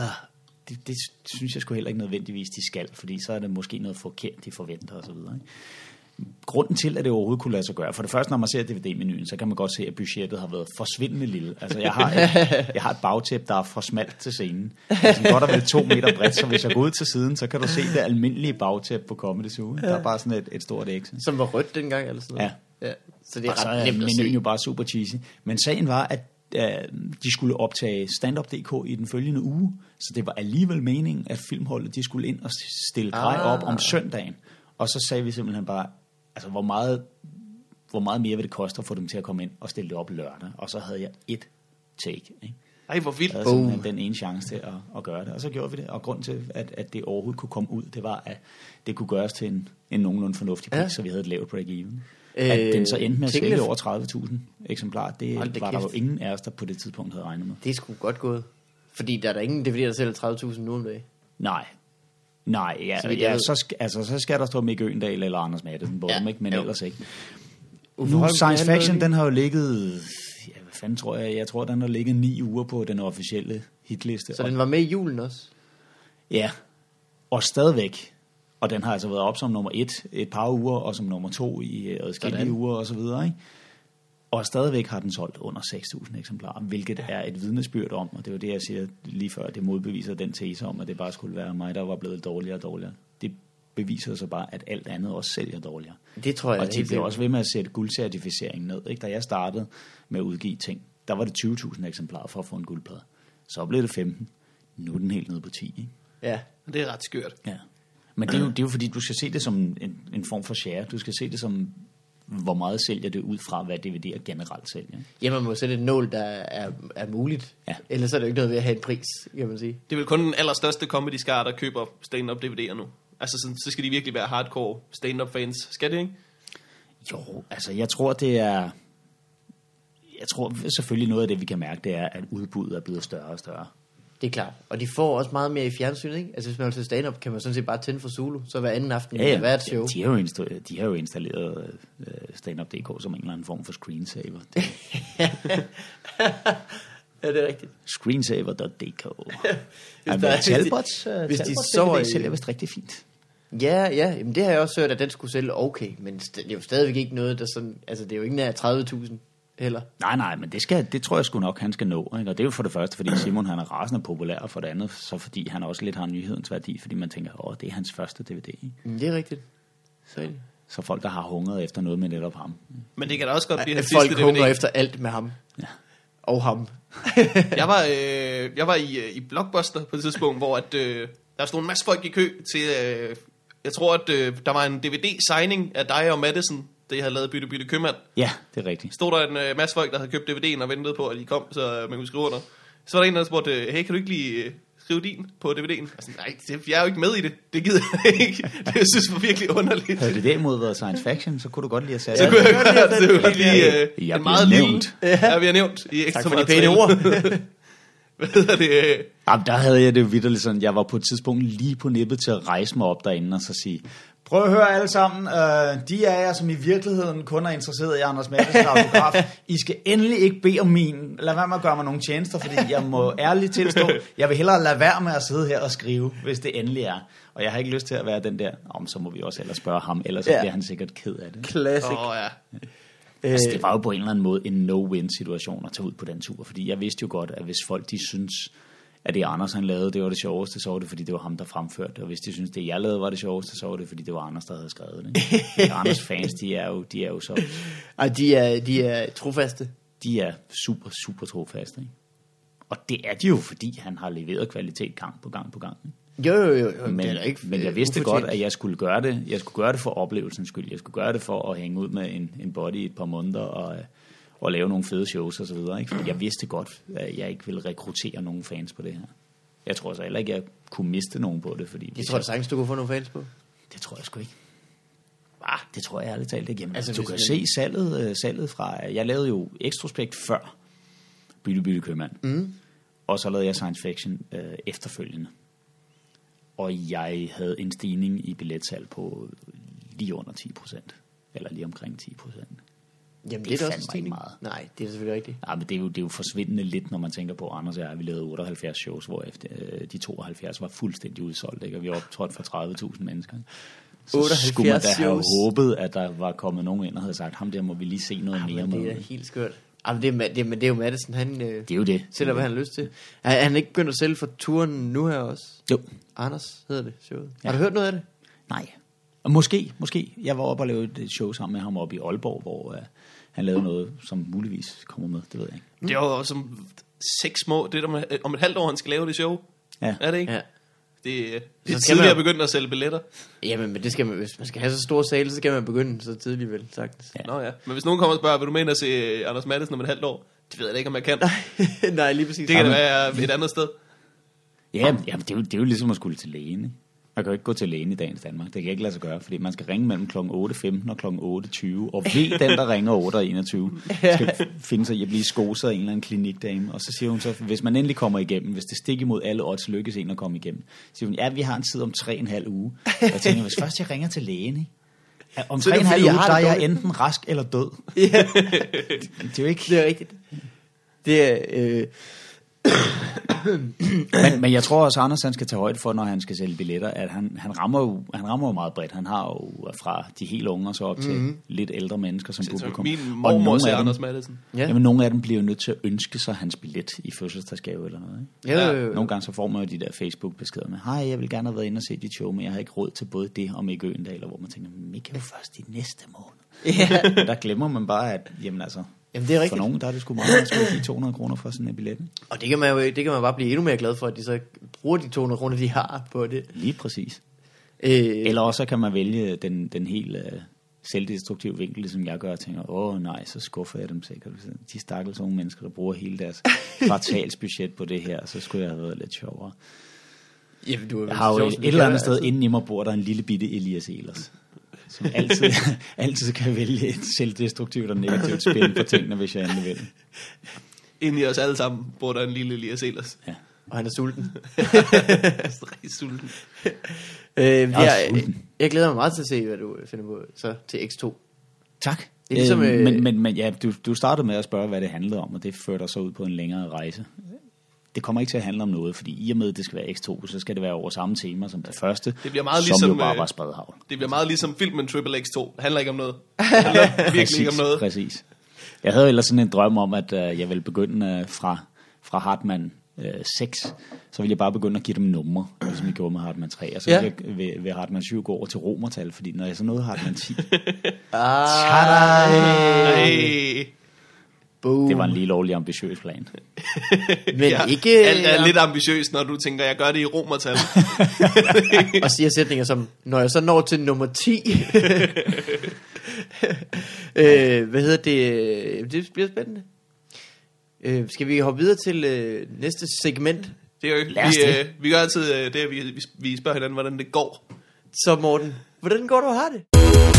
det synes jeg sgu heller ikke nødvendigvis, de skal, fordi så er det måske noget forkert, de forventer, og så videre, ikke? Grunden til, at det overhovedet kunne lade sig gøre, for det første, når man ser DVD-menuen, så kan man godt se, at budgettet har været forsvindende lille. Altså, jeg har et bagtæppe, der er for smalt til scenen. Altså, godt og vel 2 meter bredt, så hvis jeg går ud til siden, så kan du se det almindelige bagtæppe på Comedy Zoo. Der er bare sådan et stort X. Som var rødt dengang, eller sådan noget? Ja. Så det er og ret nemt at se. Menuen jo bare super cheesy. Men sagen var, at de skulle optage stand-up.dk i den følgende uge, så det var alligevel meningen, at filmholdet de skulle ind og stille grej op om søndagen. Og så sagde vi simpelthen bare, altså hvor meget mere vil det koste at få dem til at komme ind og stille det op lørdag. Og så havde jeg et take. Ikke? Ej, hvor vildt. Jeg havde simpelthen den ene chance til at gøre det. Og så gjorde vi det. Og grund til, at det overhovedet kunne komme ud, det var, at det kunne gøres til en nogenlunde fornuftig pris, så vi havde et lavt break-even. At den så endte med at sælge over 30.000 eksemplarer, det var der jo ingen af os, der på det tidspunkt havde regnet med. Det er sgu godt gået. Fordi der er der ingen DVD, der sælger 30.000 nu om dagen. Nej, ja, så skal der stå Mikke Øgendal eller Anders Mattesen på dem, ikke? Men ellers ikke. Nu, Science Fiction, den har jo ligget, hvad fanden tror jeg? Jeg tror, den har ligget 9 uger på den officielle hitliste. Så den var med i julen også? Ja, og stadigvæk. Og den har altså været op som nummer 1 et par uger, og som nummer 2 i adskillige uger og så videre, ikke? Og stadigvæk har den solgt under 6.000 eksemplarer, hvilket er et vidnesbyrd om, og det var det, jeg siger lige før, det modbeviser den tese om, at det bare skulle være mig, der var blevet dårligere og dårligere. Det beviser så bare, at alt andet også sælger dårligere. Det tror jeg. Og de bliver også ved med at sætte guldcertificeringen ned. Ikke? Da jeg startede med at udgive ting, der var det 20.000 eksemplarer for at få en guldplade. Så blev det 15. Nu er den helt nede på 10. Ikke? Ja. Det er ret skørt. Ja. Men det er jo fordi, du skal se det som en form for share. Du skal se det som, hvor meget sælger det ud fra, hvad DVD'er generelt sælger. Ja, man må sætte et nål, der er muligt. Ja. Ellers er det jo ikke noget ved at have en pris, kan man sige. Det er vel kun den allerstørste comedy-skare, der køber stand-up DVD'er nu. Altså, så skal de virkelig være hardcore stand-up fans. Skal det, ikke? Jo, altså jeg tror, det er... Jeg tror selvfølgelig noget af det, vi kan mærke, det er, at udbuddet er blevet større og større. Det er klart. Og de får også meget mere i fjernsynet, ikke? Altså hvis man vil til stand-up, kan man sådan set bare tænde for Zulu, så hver anden aften ja, hvert show. De har jo installeret stand-up.dk som en eller anden form for screensaver. Ja, det er rigtigt. Screensaver.dk. der- Talbots, hvis de Talbots så DVD i- sælger vist rigtig fint. Ja, jamen det har jeg også hørt, at den skulle sælge okay, men det er jo stadigvæk ikke noget, der sådan, altså det er jo ikke nær 30.000 heller. Nej, men det tror jeg sgu nok, han skal nå. Ikke? Og det er jo for det første, fordi Simon han er rasende populær, og for det andet, så fordi han også lidt har nyhedens værdi, fordi man tænker, det er hans første DVD. Ikke? Det er rigtigt. Så folk, der har hungret efter noget med netop ham. Men det kan da også godt blive hans Folk sidste hungrer DVD. efter alt med ham. Ja. Og ham. Jeg var i Blockbuster på et tidspunkt, hvor at, der stod en masse folk i kø til... jeg tror, at der var en DVD-signing af dig og Madison, det jeg havde lavet Bytte Købmand. Ja, det er rigtigt. Stod der en masse folk, der havde købt DVD'en og ventede på, at de kom, så man kunne skrive under. Så var der en, der spurgte, hey, kan du ikke lige skrive din på DVD'en? Altså, nej, jeg er jo ikke med i det. Det gider jeg ikke. Det synes jeg var virkelig underligt. Havde det derimod været science fiction, så kunne du godt lide at sige. Så kunne jeg godt lige Jeg en meget bliver lille... nævnt. Ja, vi har nævnt i Tak ekstra for de pæne ord. Hvad hedder det? Jamen, der havde jeg det vitterligt sådan, jeg var på et tidspunkt lige på nippet til at rejse mig op derinde og så sige, prøv at høre alle sammen, de af jer, som i virkeligheden kun er interesseret i Anders Madsens autograf, I skal endelig ikke bede om min, lad være med at gøre mig nogle tjenester, fordi jeg må ærligt tilstå, jeg vil hellere lade være med at sidde her og skrive, hvis det endelig er. Og jeg har ikke lyst til at være den der, så må vi også ellers spørge ham, ellers så bliver han sikkert ked af det. Classic. Ja. Altså, det var jo på en eller anden måde en no-win-situation at tage ud på den tur, fordi jeg vidste jo godt, at hvis folk de synes, at det Anders han lavede, det var det sjoveste, så var det, fordi det var ham, der fremførte det. Og hvis de synes, det jeg lavede var det sjoveste, så var det, fordi det var Anders, der havde skrevet det. Anders fans, de er jo så... Ej, de er trofaste. De er super, super trofaste. Ikke? Og det er de jo, fordi han har leveret kvalitet gang på gang på gang. Ikke? Jo, Men, det er da ikke men jeg vidste ufortjent. godt, at jeg skulle gøre det. Jeg skulle gøre det for oplevelsens skyld. Jeg skulle gøre det for at hænge ud med en body i et par måneder og lave nogle fede shows og så videre. Ikke? For jeg vidste godt, at jeg ikke ville rekruttere nogen fans på det her. Jeg tror så heller ikke, jeg kunne miste nogen på det. Fordi Jeg tror sagtens, du kunne få nogle fans på. det tror jeg sgu ikke. Det tror jeg ærligt talt ikke. Jamen, Altså, du hvis kan man- se salget fra... Jeg lavede jo Extrospekt før Bytte Købmand. Og så lavede jeg Science Fiction efterfølgende. Og jeg havde en stigning i billetsalg på lige under 10%. Eller lige omkring 10%. Jamen, Det det er er da også fandme en stigning. ikke meget. Nej, det er selvfølgelig rigtigt. Ja, men det er jo forsvindende lidt, når man tænker på, Anders og jeg, vi lavede 78 shows, hvor efter, de 72 var fuldstændig udsolgt, ikke? Og vi optrådte for 30.000 mennesker. Så 78 skulle man da have shows. håbet, at der var kommet nogen ind og havde sagt, ham der må vi lige se noget mere Men det med. er helt skørt. Jamen, det er jo Madison, han Det er jo det. sælger, hvad han har lyst til. Er han ikke begyndt at sælge for turen nu her også? Jo. Anders hedder det, showet. Ja. Har du hørt noget af det? Nej. Og måske. Jeg var oppe og lavede et show sammen med ham oppe i Aalborg, hvor han lavede noget, som muligvis kommer med. Det ved jeg ikke. Det er jo som 6 små... Det er om et halvt år, han skal lave det show. Ja. Er det ikke? Ja. Det er skal tidligere man- begyndt at sælge billetter. Jamen, men det skal man, hvis man skal have så store sale, så skal man begynde så tidligt vel, sagtens. Ja. Nå ja. Men hvis nogen kommer og spørger, vil du mene at se Anders Madsens om et halvt år? Det ved jeg da ikke, om jeg kan. Nej, lige præcis. Det kan da være et andet sted. Ja, det er jo ligesom at skulle til lægen, ikke? Man kan jo ikke gå til lægen i dagens Danmark. Det kan ikke lade sig gøre, fordi man skal ringe mellem kl. 8.15 og kl. 8.20. Og ved den, der ringer 8.21, skal finde sig i at blive skoset af en eller anden klinikdame. Og så siger hun så, hvis man endelig kommer igennem, hvis det stik imod alle odds lykkes en at komme igennem, så siger hun, ja, vi har en tid om 3,5 uge. Og jeg tænker, hvis først jeg ringer til lægen, ikke? Om Så er det 3,5 fordi, uger, jeg har der er det jeg dårligt. enten rask eller død. Ja, Det er jo ikke... det er rigtigt. Det er... Men jeg tror også, Anders han skal tage højde for, når han skal sælge billetter, at han rammer jo meget bredt. Han har jo fra de helt unge og så op til lidt ældre mennesker som publikum. Min Og mormor nogle ser af dem- Anders Madsens. Ja. Jamen, nogle af dem bliver jo nødt til at ønske sig hans billet i fødselsdagsgave eller noget. Ikke? Jo. Nogle gange så får man jo de der Facebook-beskeder med, hej, jeg vil gerne have været inde og se dit show, men jeg har ikke råd til både det og Mikke Øgendahl, hvor man tænker, men Mikke er jo først i næste måned. Ja. Men der glemmer man bare, at jamen altså, Jamen, det er for rigtigt. nogen, der er det sgu meget at skulle give 200 kroner for sådan en billet. Ikke? Og det kan man bare blive endnu mere glad for, at de så bruger de 200 kroner, de har på det. Lige præcis. Eller også kan man vælge den helt selvdestruktive vinkel, ligesom jeg gør, og tænker, nej, så skuffer jeg dem sikkert. De stakkels unge mennesker, der bruger hele deres kvartalsbudget på det her, så skulle jeg have været lidt sjovere. Jamen, du er Jeg har jo sjov, et som det eller andet kan, sted altså. inde i mig bor der en lille bitte Elias Ehlers, som altid kan vælge et selvdestruktivt og negativt spil på tingene, hvis jeg endelig vil. Inde i os alle sammen bor der en lille Elias Ehlers. Ja. Og han er sulten. Rigtig sulten. er sulten. Jeg glæder mig meget til at se, hvad du finder på så til X2. Tak. Det er ligesom, Men ja, du startede med at spørge, hvad det handlede om, og det førte dig så ud på en længere rejse. Det kommer ikke til at handle om noget, fordi i og med, at det skal være X2, så skal det være over samme tema som det første, det bliver meget som ligesom, jo bare var spredhavl. Det bliver meget ligesom filmen Triple X2. Det handler ikke om noget. Det handler virkelig ikke om noget. Præcis. Jeg havde ellers sådan en drøm om, at jeg ville begynde fra Hartmann 6, så ville jeg bare begynde at give dem numre, ligesom jeg gjorde med Hartmann 3, og så ville jeg ved Hartmann 7 gå over til romertal, fordi når jeg så nåede Hartmann 10, det var en lige lovlig ambitiøs plan. Men ikke... Alt er lidt ambitiøst, når du tænker, jeg gør det i romertal. Og siger sætninger som, når jeg så når til nummer 10. Hvad hedder det? Det bliver spændende. Skal vi hoppe videre til næste segment? Det er jo, vi gør altid det, at vi spørger hinanden, hvordan det går. Så Morten, hvordan går du og har det?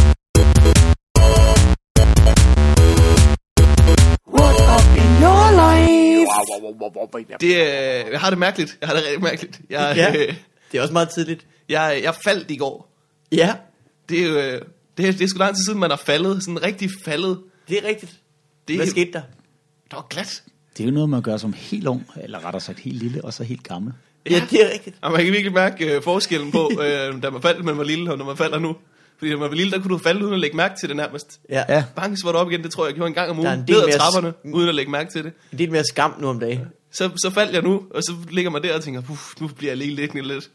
Jeg har det mærkeligt. Jeg har det rigtig mærkeligt. Det er også meget tidligt. Jeg faldt i går. Ja. Det er jo det er sgu lang tid siden, man har faldet. Sådan rigtig faldet. Det er rigtigt. Hvad skete der? Det var glat. Det er jo noget, man gør som helt ung, eller rettere sagt helt lille, og så helt gammel. Ja, det er rigtigt. Og man kan virkelig mærke forskellen på, da man faldt, man var lille, og når man falder nu. Fordi når man var lille, der kunne du falde uden at lægge mærke til det nærmest. Ja. Banken, så var du op igen, det tror jeg gjorde en gang om ugen. Ned ad trapperne, uden at lægge mærke til det. En del mere skam nu om dagen. Så faldt jeg nu, og så ligger man der og tænker, nu bliver jeg lige liggende lidt.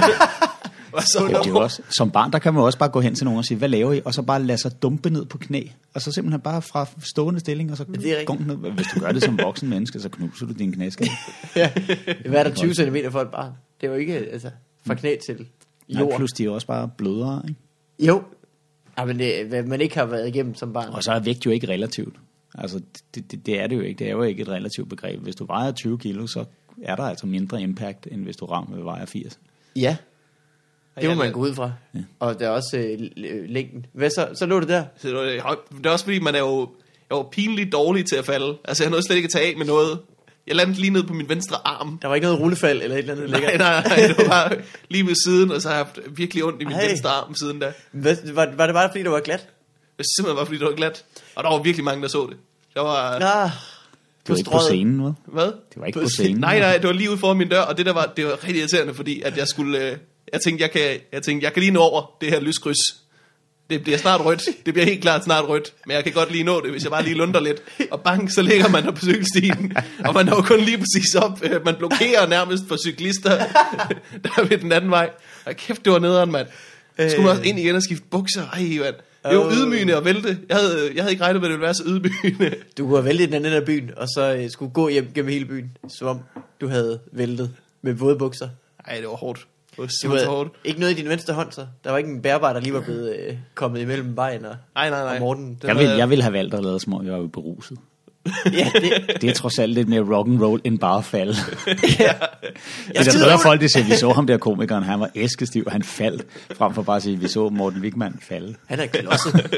Og så det er jo også, som barn, der kan man også bare gå hen til nogen og sige, hvad laver I? Og så bare lade sig dumpe ned på knæ. Og så simpelthen bare fra stående stilling, og så gå ned. Hvis du gør det som voksen menneske, så knuser du din knæskade. Ja. Hvad er der 20 cm for et barn? Det er jo ikke altså, fra knæ til jord. Nej, plus de er også bare blødere, ikke? Jo. Ja, men det, man ikke har været igennem som barn. Og så er vægt jo ikke relativt. Altså, det er det jo ikke. Det er jo ikke et relativt begreb. Hvis du vejer 20 kilo, så er der altså mindre impact, end hvis du vejer 80. Ja. Det må man gå ud fra. Ja. Og der er også længden. Hvad så lå det der? Så det er også fordi, jeg var pinligt dårlig til at falde. Altså, jeg nåede slet ikke at tage af med noget. Jeg landede lige ned på min venstre arm. Der var ikke noget rullefald eller et eller andet lækkert? Nej, det var bare lige ved siden, og så har jeg haft virkelig ondt i min venstre arm siden da. Var det bare fordi, det var glat? Det simpelthen var fordi, det var glat. Og der var virkelig mange, der så det. Der var... Det var ikke på scenen, hvad? Hvad? Det var ikke på scenen. Nej, det var lige ude foran min dør, og det var rigtig irriterende, fordi at jeg skulle... Jeg tænkte, jeg kan lige nå over det her lyskryds. Det bliver snart rødt. Det bliver helt klart snart rødt. Men jeg kan godt lige nå det, hvis jeg bare lige lunder lidt. Og bang, så ligger man der på cykelstien. Og man når kun lige præcis op. Man blokerer nærmest for cyklister, der ved den anden vej. Og kæft, det var nederen, mand. Så skulle man også ind igen og skifte bukser. Ej, mand. Det var ydmygende at vælte. Jeg havde ikke regnet med, at det ville være så ydmygende. Du kunne have væltet den anden af byen, og så skulle gå hjem gennem hele byen, som om du havde væltet med våde bukser. Ej, det var hårdt. Det var ikke noget i din venstre hånd, så. Der var ikke en bærbar, der lige var blevet kommet imellem vejen og Morten. Jeg ville have valgt at lade som om jeg var beruset. Ja, det er trods alt lidt mere rock'n'roll end bare falde. Ja. Det er bedre folk, der siger, vi så ham der komikeren, han var æskestiv, og han faldt, frem for bare at sige, vi så Morten Wigman falde. Han er klodset.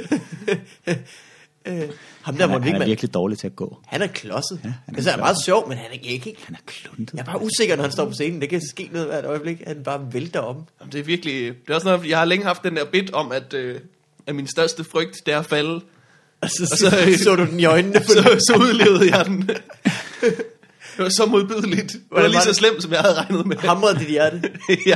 Han er virkelig dårlig til at gå. Han er klodset. Ja, han er meget sjov, men han er ikke. Han er kluntet. Jeg er bare usikker, når han står på scenen. Det kan ske noget hvert øjeblik. Han bare vælter om. Jamen, det er virkelig... Det er også noget, jeg har længe haft den der bit om, at min største frygt, det er at falde. Og så du den i øjnene. Så udlevede jeg den. Det var så modbydeligt. Det var lige så slemt, som jeg havde regnet med. Hamrede dit hjerte. Ja.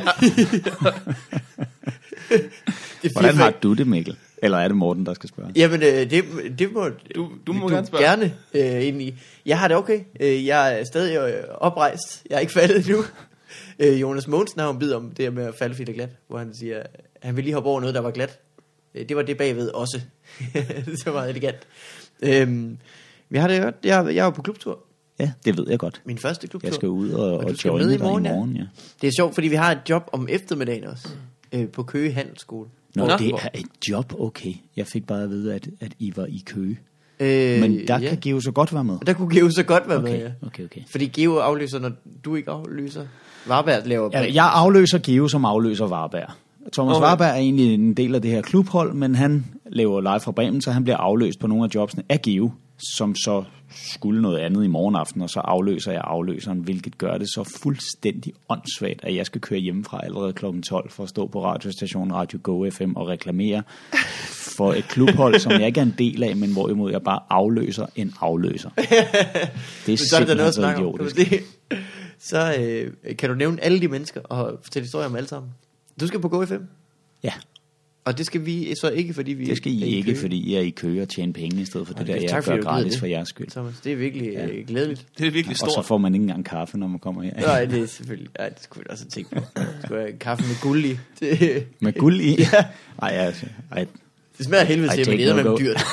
Hvordan har du det, Mikkel? Eller er det Morten, der skal spørge? Jamen, det må du må gerne spørge. Gerne ind i. Jeg har det okay. Jeg er stadig oprejst. Jeg er ikke faldet endnu. Jonas Mogensen har jo en bid om det med at falde fedt og glat, hvor han siger, at han vil lige hoppe over noget, der var glat. Det var det bagved også. Det var meget elegant. Vi har det godt. Jeg er jo på klubtur. Ja, det ved jeg godt. Min første klubtur. Jeg skal ud og joine i morgen. Ja. Det er sjovt, fordi vi har et job om eftermiddagen også. På Køge Handelsskole. Nå, det er et job, okay. Jeg fik bare at vide, at I var i Køge. Men der kan Geo så godt være med. Der kunne Geo så godt være med, ja. Okay. Fordi Geo afløser, når du ikke afløser. Varberg laver ja, jeg afløser Geo, som afløser Varberg. Thomas Warberg er egentlig en del af det her klubhold, men han lever live fra Bremen, så han bliver afløst på nogle af jobsene af Geo, som så skulle noget andet i morgen aften, og så afløser jeg afløseren, hvilket gør det så fuldstændig åndssvagt, at jeg skal køre hjemmefra allerede kl. 12 for at stå på radiostationen Radio Go FM og reklamere for et klubhold, som jeg ikke er en del af, men hvorimod jeg bare afløser en afløser. Det er simpelthen så idiotisk. Så kan du nævne alle de mennesker og fortælle historier om alle sammen. Du skal på Go FM. Ja. Og det skal vi så ikke, fordi vi... Det skal I ikke, fordi I er i kø og tjener penge i stedet for det der, jeg gør gratis for jeres skyld. Thomas, det er virkelig glædeligt. Det er virkelig stort. Og så får man ikke engang kaffe, når man kommer her. Nej, det er selvfølgelig... Ja, det skulle vi også have tænkt på. Det skulle have kaffe med guld i. Med guld i? Ja. Ej, det smager helvede til, men det er med dyrt.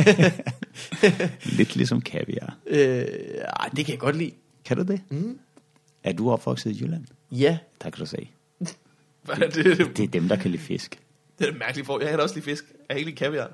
Lidt ligesom kaviar. Det kan jeg godt lide. Kan du det? Mm. Er du opvokset i Jylland? Ja. Tak kan du sige. Det er dem, der kan lide fisk. Det er et mærkeligt for. Jeg kan også lide fisk. Jeg kan ikke lide kaviar,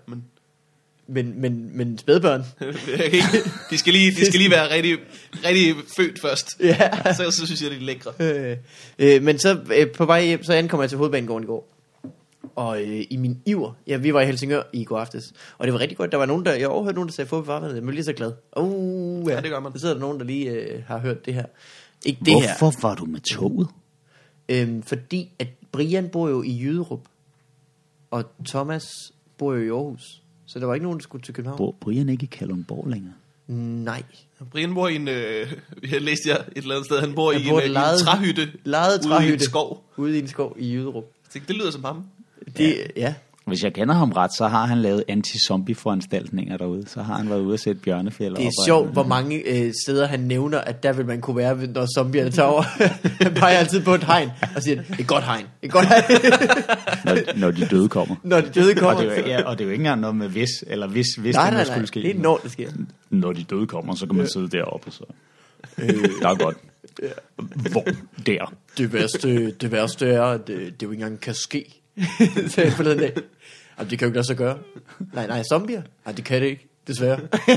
men... Men spædbørn. de skal lige være rigtig født først. Ja. Så synes jeg, det er lækre. Men så på vej hjem, så ankom jeg til Hovedbanegården i går. Og i min iver, vi var i Helsingør i går aftes, og det var rigtig godt. Der var nogen, jeg overhørte nogen, der sagde, få farvandet. Jeg blev lige så glad. Ja, det gør man. Der sidder der nogen, der lige har hørt det her. Ikke det Hvorfor her. Var du med toget? Fordi at Brian bor jo i Jyderup, og Thomas bor jo i Aarhus. Så der var ikke nogen, der skulle til København. Bor Brian ikke i Kalundborg længere? Nej. Brian bor i en... jeg læste et eller andet sted. Han bor i en træhytte. Ude i en skov. Ude i en skov i Jyderup. Det lyder som ham. Ja. Hvis jeg kender ham ret, så har han lavet anti-zombie-foranstaltninger derude. Så har han været ude og sætte bjørnefælder op. Det er sjovt, hvor mange steder han nævner, at der vil man kunne være, når zombierne tager over. Han peger altid på et hegn og siger, et godt hegn. Når de døde kommer. Når de døde kommer. Og det er jo ikke engang noget med hvis nej, skulle ske. Det er når det sker. Når de døde kommer, så kan man sidde deroppe. Så. Der er godt. Hvor? Der. Det værste er, at det jo ikke engang kan ske. Sagde jeg forleden dag. Jamen, det kan jo ikke lade sig gøre. Nej, zombier? Nej, det kan det ikke, desværre.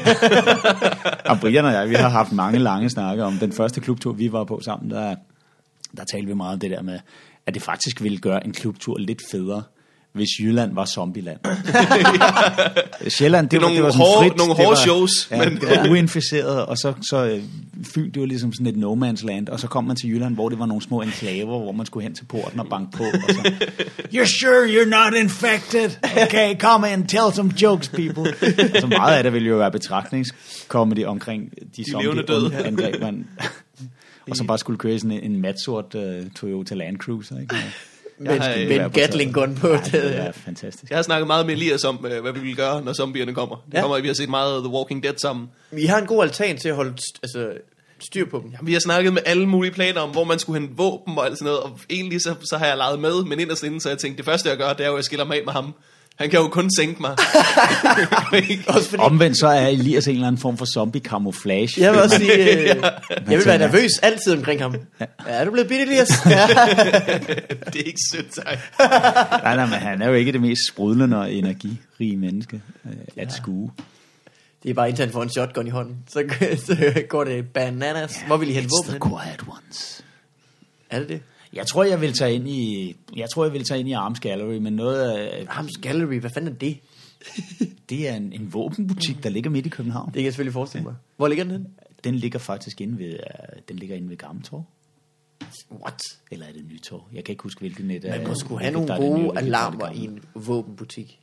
Og Brian og jeg, vi har haft mange lange snakke om den første klubtur, vi var på sammen. Der talte vi meget om det der med, at det faktisk ville gøre en klubtur lidt federe, hvis Jylland var zombieland. Sjælland, det var sådan frit. Nogle hårde shows. Ja, men det var uinficeret, og så Fyn, det var ligesom sådan et no man's land, og så kom man til Jylland, hvor det var nogle små enklaver, hvor man skulle hen til porten og banke på. Og så, you're sure you're not infected? Okay, come and tell some jokes, people. Og så meget af det ville jo være betragtningskomedy omkring de zombie-angreb, og så bare skulle køre sådan en matsort Toyota Land Cruiser, ikke? Med en Gatling gun på. Det er fantastisk. Jeg har snakket meget med Elias om, hvad vi vil gøre, når zombierne kommer. Vi har set meget The Walking Dead sammen. Vi har en god altan til at holde styr på dem. Jamen, vi har snakket med alle mulige planer om, hvor man skulle hente våben og alt sådan noget. Og egentlig så har jeg leget med, men inderst inden, så jeg tænkte, det første jeg gør, det er jo, at jeg skiller mig af med ham. Han kan jo kun sænke mig. Fordi... Omvendt så er Elias en eller anden form for zombie-camouflage. Jeg vil også sige, jeg vil være nervøs altid omkring ham. Er du blevet bidt, Elias? Det er ikke sødt sig. Nej, men han er jo ikke det mest sprudlende og energirige menneske at skue. Det er bare internt for en shotgun i hånden. Så går det bananas. Hvor vil I hente våben? It's the quiet ones. Er det det? Jeg tror, jeg vil tage ind i Arms Gallery, men noget af... Arms Gallery, hvad fanden er det? Det er en våbenbutik, der ligger midt i København. Det kan jeg selvfølgelig forestille mig. Hvor ligger den hen? Den ligger faktisk inde ved Gammeltorv. What? Eller er det Nytorv? Jeg kan ikke huske, hvilken net. Man må sgu have nogle gode alarmer i en våbenbutik.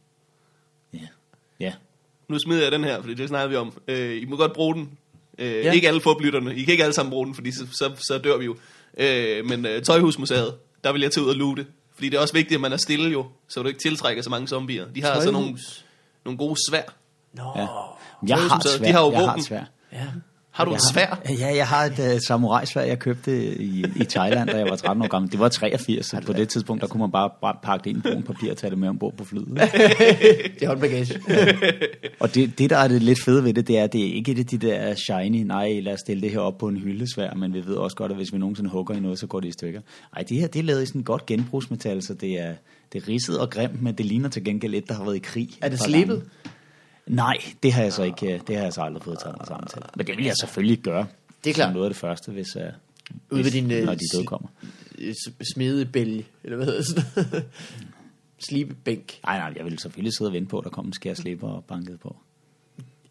Ja. Nu smider jeg den her, fordi det snakker vi om. I må godt bruge den. Ikke alle fuplytterne. I kan ikke alle sammen bruge den, fordi så dør vi jo. Men Tøjhusmuseet, der vil jeg tage ud og loote. Fordi det er også vigtigt, at man er stille jo, så du ikke tiltrækker så mange zombier. De har altså nogle gode svær. Nå. Ja. Jeg har svær. De har jo våben. Ja. Har du et svær? Ja, jeg har et samurai-svær, jeg købte i Thailand, da jeg var 13 år gammel. Det var 83, så på det tidspunkt, der kunne man bare pakke det ind i brun papir og tage det med ombord på flyet. Det er håndbagage. Og det, der er det lidt fede ved det, det er ikke det de der shiny, nej, lad os stille det her op på en hyldesvær, men vi ved også godt, at hvis vi nogensinde hugger i noget, så går det i stykker. Ej, det her, det er lavet i sådan et godt genbrugsmetal, så det er ridset og grimt, men det ligner til gengæld et, der har været i krig. Er det slebet? Nej, det har jeg så ikke. Det har jeg så aldrig fået taget mig sammen til. Men det vil jeg selvfølgelig gøre. Det er klart. Som noget af det første, hvis ude ved din når de døde kommer. Smedebælge, eller hvad hedder det? Slibebænk. Nej, jeg vil selvfølgelig sidde og vente på, at der kommer en skær slipper og banket på.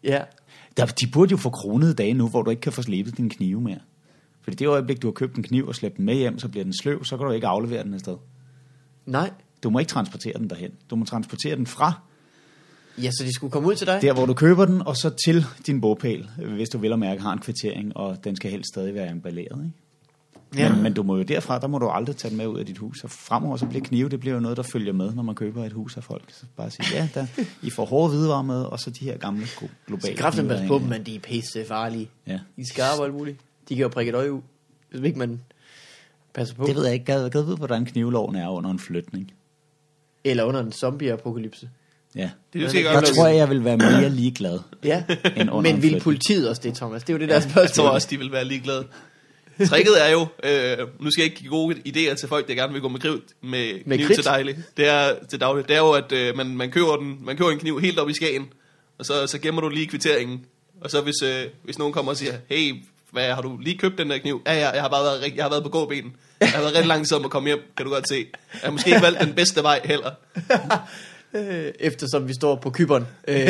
Ja. De burde jo få kronede dage nu, hvor du ikke kan få slebet din knive mere. Fordi det øjeblik, du har købt en kniv og slæbt den med hjem, så bliver den sløv, så kan du ikke aflevere den et sted. Nej. Du må ikke transportere den derhen. Du må transportere den fra Ja, så de skulle komme ud til dig? der, hvor du køber den, og så til din bogpæl, hvis du vil og mærke har en kvittering, og den skal helst stadig være emballeret, ikke? Ja. Men du må jo derfra, der må du aldrig tage den med ud af dit hus. Og fremover så bliver knive, det bliver jo noget, der følger med, når man køber et hus af folk. Så bare sige, ja, I får hårde hvidevarer med, og så de her gamle globale. Så kraften pas på dem, men de er pisse farlige. Ja. De skarpe og alt muligt. De kan jo prikke et øje ud, hvis ikke man passer på. Det ved jeg ikke. Jeg ved, hvordan knivloven er under en flytning. Eller under en zombie-apokalypse. Ja. Jeg tror, jeg vil være mere ligeglad. Ja, end under men en vil flytning. Politiet også det, Thomas? Det er jo det der spørgsmål. Jeg tror også, de vil være ligeglade. Tricket er jo, nu skal jeg ikke give gode idéer til folk, der gerne vil gå med kniv kridt? til daglig. Det er til dagligt. Det er jo, at man køber en kniv helt op i skagen, og så gemmer du lige kvitteringen. Og så hvis nogen kommer og siger, hey, hvad, har du lige købt den der kniv? Ja, jeg har været på gåben. Jeg har været rigtig lang tid om at komme hjem, kan du godt se. Jeg har måske ikke valgt den bedste vej heller. Eftersom vi står på Cypern.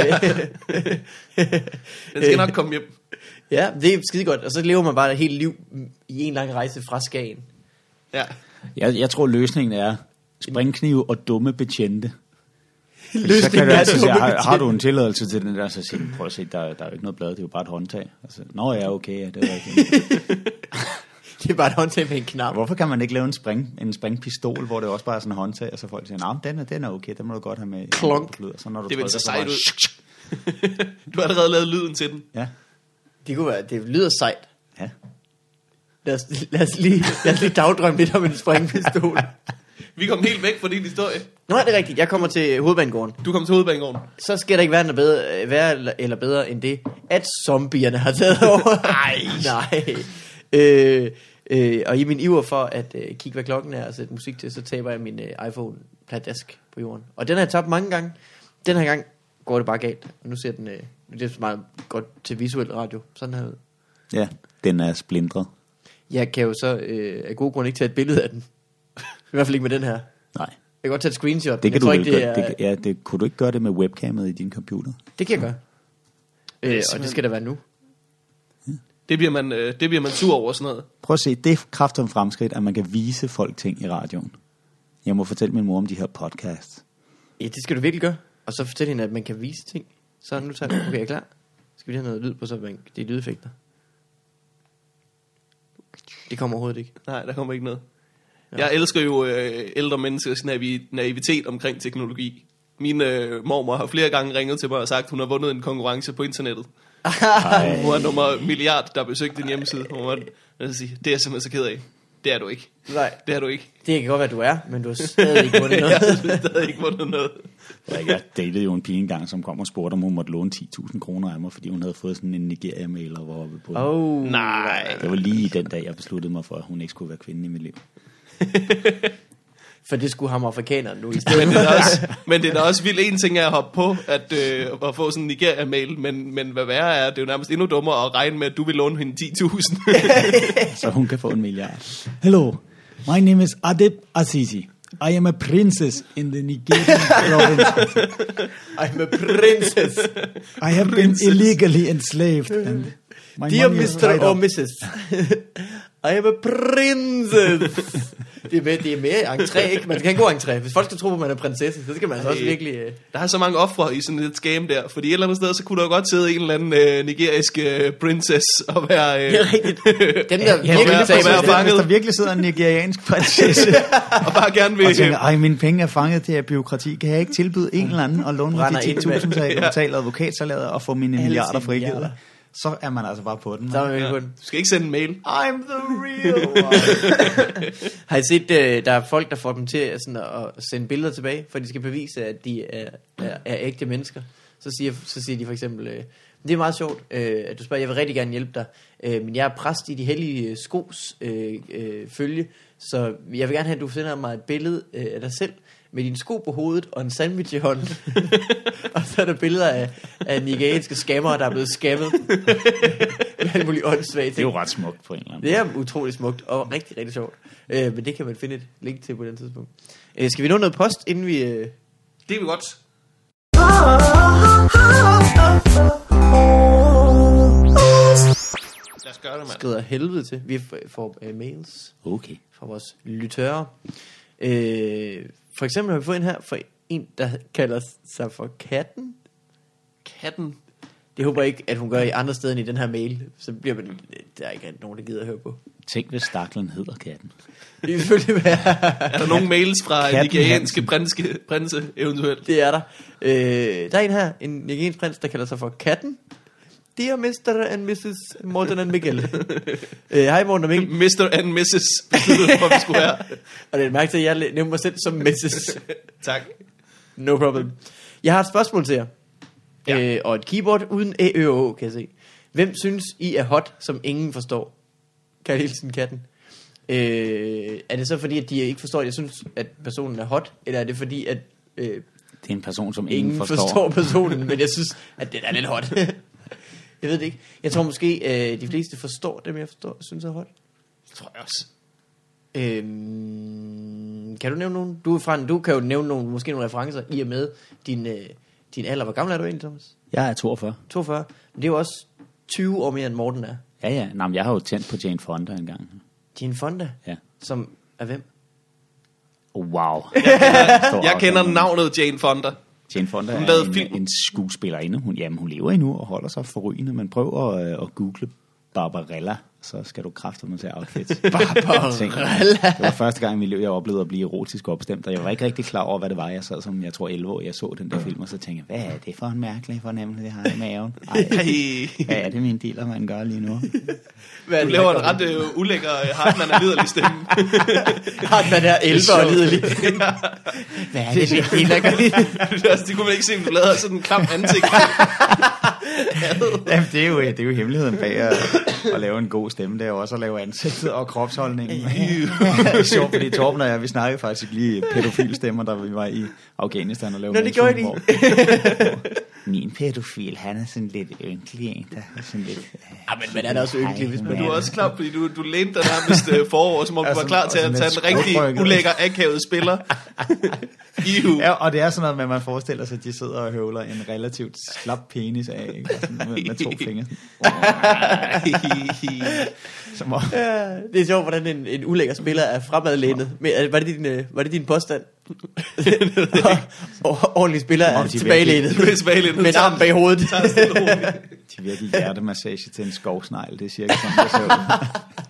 Den skal nok komme hjem. Ja, det er skide godt. Og så lever man bare et helt liv i en lang rejse fra Skagen. Ja. Jeg tror, løsningen er springknive og dumme betjente. Løsningen Så kan du er altid sige, dumme har du en tilladelse til den der? Så siger prøv at se, der er jo ikke noget blad, det er jo bare et håndtag. Altså, nå ja, okay, ja, det er rigtigt. Det er bare et håndtag med en knap. Hvorfor kan man ikke lave en springpistol, hvor det også bare er sådan en håndtag, og så folk siger, nej, den er okay, den må du godt have med. Klonk. Så når du Det vil trykker, se så sejt bare- ud. Du har allerede lavet lyden til den. Ja, Det kunne være, det lyder sejt. ja. Lad os lige dagdrømme lidt om en springpistol. Vi kom helt væk fra din historie. Nå, det er rigtigt. Jeg kommer til hovedbanegården. Du kom til hovedbanegården. Så skal der ikke være noget værre eller bedre end det, at zombierne har taget over. Nej. Og i min iver for at kigge, hvad klokken er og sætte musik til, så taber jeg min iPhone pladask på jorden. Og den har jeg tabt mange gange. Den her gang går det bare galt. Og nu ser den, det er meget godt til visuel radio. Sådan her ud. Ja, den er splintret. Jeg kan jo så af gode grunde ikke tage et billede af den. I hvert fald ikke med den her. Nej. Jeg kan godt tage et screenshot. Det kan jeg du tror vel ikke, gøre. Kunne du ikke gøre det med webcamet i din computer? Det kan jeg gøre. Og det skal der være nu. Det bliver man sur over sådan noget. Prøv at se, det er kraft som fremskridt, at man kan vise folk ting i radioen. Jeg må fortælle min mor om de her podcasts. Ja, det skal du virkelig gøre. Og så fortælle hende, at man kan vise ting. Så nu tager vi. Okay, jeg er klar. Skal vi have noget lyd på, så det er lydeffekter. Det kommer overhovedet ikke. Nej, der kommer ikke noget. Ja. Jeg elsker jo ældre menneskers naivitet omkring teknologi. Min mormor har flere gange ringet til mig og sagt, at hun har vundet en konkurrence på internettet. Hun er nummer milliard, der har besøgt din hjemmeside. Hun var, sige, det er jeg simpelthen så ked af. Det er du ikke. Nej. Det er du ikke. Det kan godt være, du er, men du har stadig ikke vundet noget. Jeg har stadig ikke vundet noget. Jeg datede jo en pige engang, som kom og spurgte, om hun måtte låne 10.000 kroner af mig, fordi hun havde fået sådan en Nigeria-mail og var oppe på. Nej. Det var lige den dag, jeg besluttede mig for, at hun ikke skulle være kvinde i mit liv. For det skulle ham afrikaneren nu i stedet. Men det er da også vildt. En ting er at hoppe på at få sådan en Nigeria-mail, men hvad værre er, det er jo nærmest endnu dummere at regne med, at du vil låne hende 10.000. Så hun kan få 1 milliard. Hello, my name is Adib Azizi. I am a princess in the Nigerian province. I'm a princess. I have been illegally enslaved. And my Dear money is Mr. tied or up. Mrs. I am a princess. Det er mere entré, ikke? Man skal have en god entré. Hvis folk skal tro på, at man er prinsesse, så skal man altså også virkelig... Der er så mange ofre i sådan et scam der, fordi et eller andet sted, så kunne der jo godt sidde en eller anden nigerisk princess og være... Det er rigtigt. Dem, der Ja, virkelig være betaler fanget. det. Hvis der virkelig sidder en nigeriansk prinsesse og bare gerne vil... og tænker, ej, mine penge er fanget til byråkrati. Kan jeg ikke tilbyde en eller anden og låne mig Brænder de ind med- 10.000, så jeg kan betale advokatsalæret og få mine Alle milliarder sine frigivet? milliarder. Så er man altså bare på den. Så er man virkelig på den. Du skal ikke sende en mail. I'm the real one. Har I set, der er folk, der får dem til sådan at sende billeder tilbage, for de skal bevise, at de er ægte mennesker. Så siger de for eksempel, det er meget sjovt, at du spørger, jeg vil rigtig gerne hjælpe dig, men jeg er præst i de hellige skos følge, så jeg vil gerne have, at du sender mig et billede af dig selv, med dine sko på hovedet og en sandwich i hånden. Og så er der billeder af nigerianske scammere, der er blevet scammet. Med alle mulige åndssvage ting. Det er jo ret smukt på en eller anden Det er utroligt smukt og rigtig, rigtig sjovt. Men det kan man finde et link til på den tidspunkt. Skal vi nå noget post, inden vi... Det er vi godt. Oh, oh, oh, oh, oh. os gøre det, mand. skrider helvede til. Vi får mails Okay. fra vores lyttere. For eksempel har vi fået en her fra en, der kalder sig for Katten. Katten. Det håber jeg ikke, at hun gør i andre steder end i den her mail. Så bliver man, der er ikke nogen, der gider at høre på. Tænk, hvis staklen hedder Katten. Det kan selvfølgelig være. Er der nogle mails fra Katten nigerianske prinse eventuelt? Det er der. Der er en her, en nigeriansk prins, der kalder sig for Katten. Dear Mr. and Mrs. Morten and Mikkel. Hej Morten og Mikkel. Mr. and Mrs. betyder, hvor vi skulle være. Og det er mærke til, at jeg nævner mig selv som Mrs. Tak. No problem. Jeg har et spørgsmål til jer. Ja. Og et keyboard uden æ-ø-å, kan jeg se. Hvem synes I er hot, som ingen forstår? Kald hilsen Katten. Er det så fordi, at de ikke forstår, at jeg synes, at personen er hot? Eller er det fordi, at Det er en person, som ingen forstår personen, men jeg synes, at det er lidt hot? Jeg ved det ikke. Jeg tror måske, de fleste forstår dem, jeg synes er hot. Det tror jeg også. Kan du nævne nogen? Du kan jo nævne nogle, måske nogle referencer i og med din alder. Hvor gammel er du egentlig, Thomas? Jeg er 42. 42. Men det er jo også 20 år mere, end Morten er. Ja. Nå, men jeg har jo tændt på Jane Fonda engang. Jane Fonda? Ja. Som er hvem? Wow. Jeg kender navnet Jane Fonda. Jane Fonda Hun lavede er film. en skuespillerinde. Hun lever endnu og holder sig forrygende. Men prøv at google Barbarella, så skal du kraftedeme til outfit. Barbarella. Det var første gang i mit liv, jeg oplevede at blive erotisk opstemt, og jeg var ikke rigtig klar over, hvad det var. Jeg sad som, jeg tror, 11 år, jeg så den der film, og så tænkte jeg, hvad er det for en mærkelig fornemmelse, jeg har i maven? Ej, hvad er det, min dealer, man gør lige nu? Du laver en ret ulækker Hartmann er liderlig stemme. Hartmann er 11 og liderlig. Hvad er det, min dealer gør? Det kunne man ikke se, om du lavede sådan en klam ansigt. Jamen, det er jo hemmeligheden bag at lave en god stemme. Det er jo også at lave ansigtet og kropsholdningen. Det er sjovt, fordi Torben og jeg, vi snakkede faktisk lige pædofilstemmer, da vi var i Afghanistan og lavede. Nå, det gjorde I. Min pædofil, han er sådan lidt ynkelig en, der er sådan lidt... Men man er da også ynkelig, hvis man... Du er også klar, fordi du lænede dig nærmest forår, som om du var klar til at tage en rigtig ulækker akavet spiller. Ja, og det er sådan noget med, at man forestiller sig, at de sidder og høvler en relativt slap penis af, ikke? Med 2 fingre. Ja, det er sjovt, hvordan en ulækker spiller er fremadlænet. Var det din påstand? Og ordentlig spiller er tilbagelænet. Med armen bag hovedet. De virkelig hjertemassage til en skovsnegl. Det er cirka sådan, det ser ud.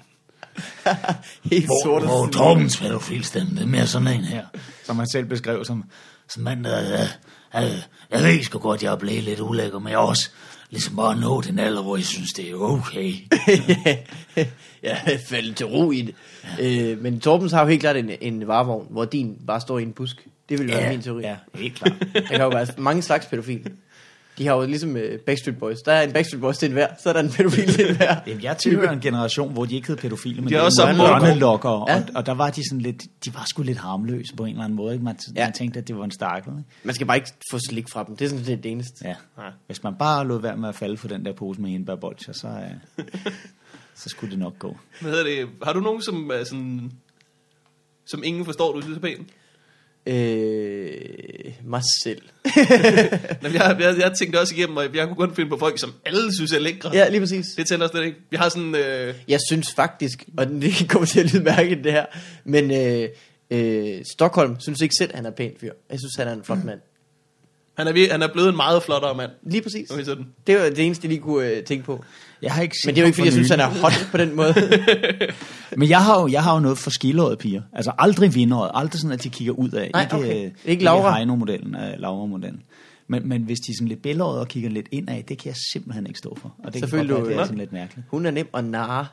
Helt sort. Hvor Torbens pædofilstemme, det er mere sådan en her. Som han selv beskrev som mand, jeg ved sgu godt, jeg er blevet lidt ulækker, men jeg også ligesom bare nå den alder, hvor jeg synes, det er okay. Ja, jeg faldt til ro i det. Ja. Men Torbens har jo helt klart en varevogn, hvor din bare står i en busk. Det vil være min teori. Ja, helt klart. Der kan jo være mange slags pædofile. De har jo ligesom Backstreet Boys. Der er en Backstreet Boys til enhver, så er der en pædofil til enhver. Jamen, jeg tilhører en generation, hvor de ikke hed pædofile, men de er også børnelokkere, ja. og der var de sådan lidt, de var sgu lidt harmløse på en eller anden måde. Ikke? Man tænkte, at det var en stakkel. Man skal bare ikke få slik fra dem. Det er sådan det eneste. Ja. Hvis man bare lod være med at falde for den der pose med hindbærbolcher, så skulle det nok gå. Hvad hedder det? Har du nogen, som er sådan, som ingen forstår, du synes er pæn? Mig selv. jeg tænkte også igennem, og jeg kunne kun finde på folk, som alle synes er lækre. Ja, lige præcis. Det tæller slet ikke. Vi har sådan... Jeg synes faktisk, og det kommer til at lyde mærkeligt det her, men Stockholm synes ikke selv, han er pæn fyr. Jeg synes, han er en flot mand. Han er blevet en meget flottere mand. Lige præcis. Okay, sådan. Det var det eneste, jeg lige kunne tænke på. Jeg har ikke set, men det er jo ikke, fordi jeg synes, han er hot på den måde. Men jeg har jo noget for skildrede piger. Altså aldrig vinderet. Aldrig sådan, at de kigger ud af. Nej, okay. Ikke Laura. Ikke Heino-modellen, Laura-modellen. Men hvis de er sådan lidt bælgerede og kigger lidt ind af, det kan jeg simpelthen ikke stå for. Og det kan godt være, det er sådan lidt mærkeligt. Hun er nem at narre.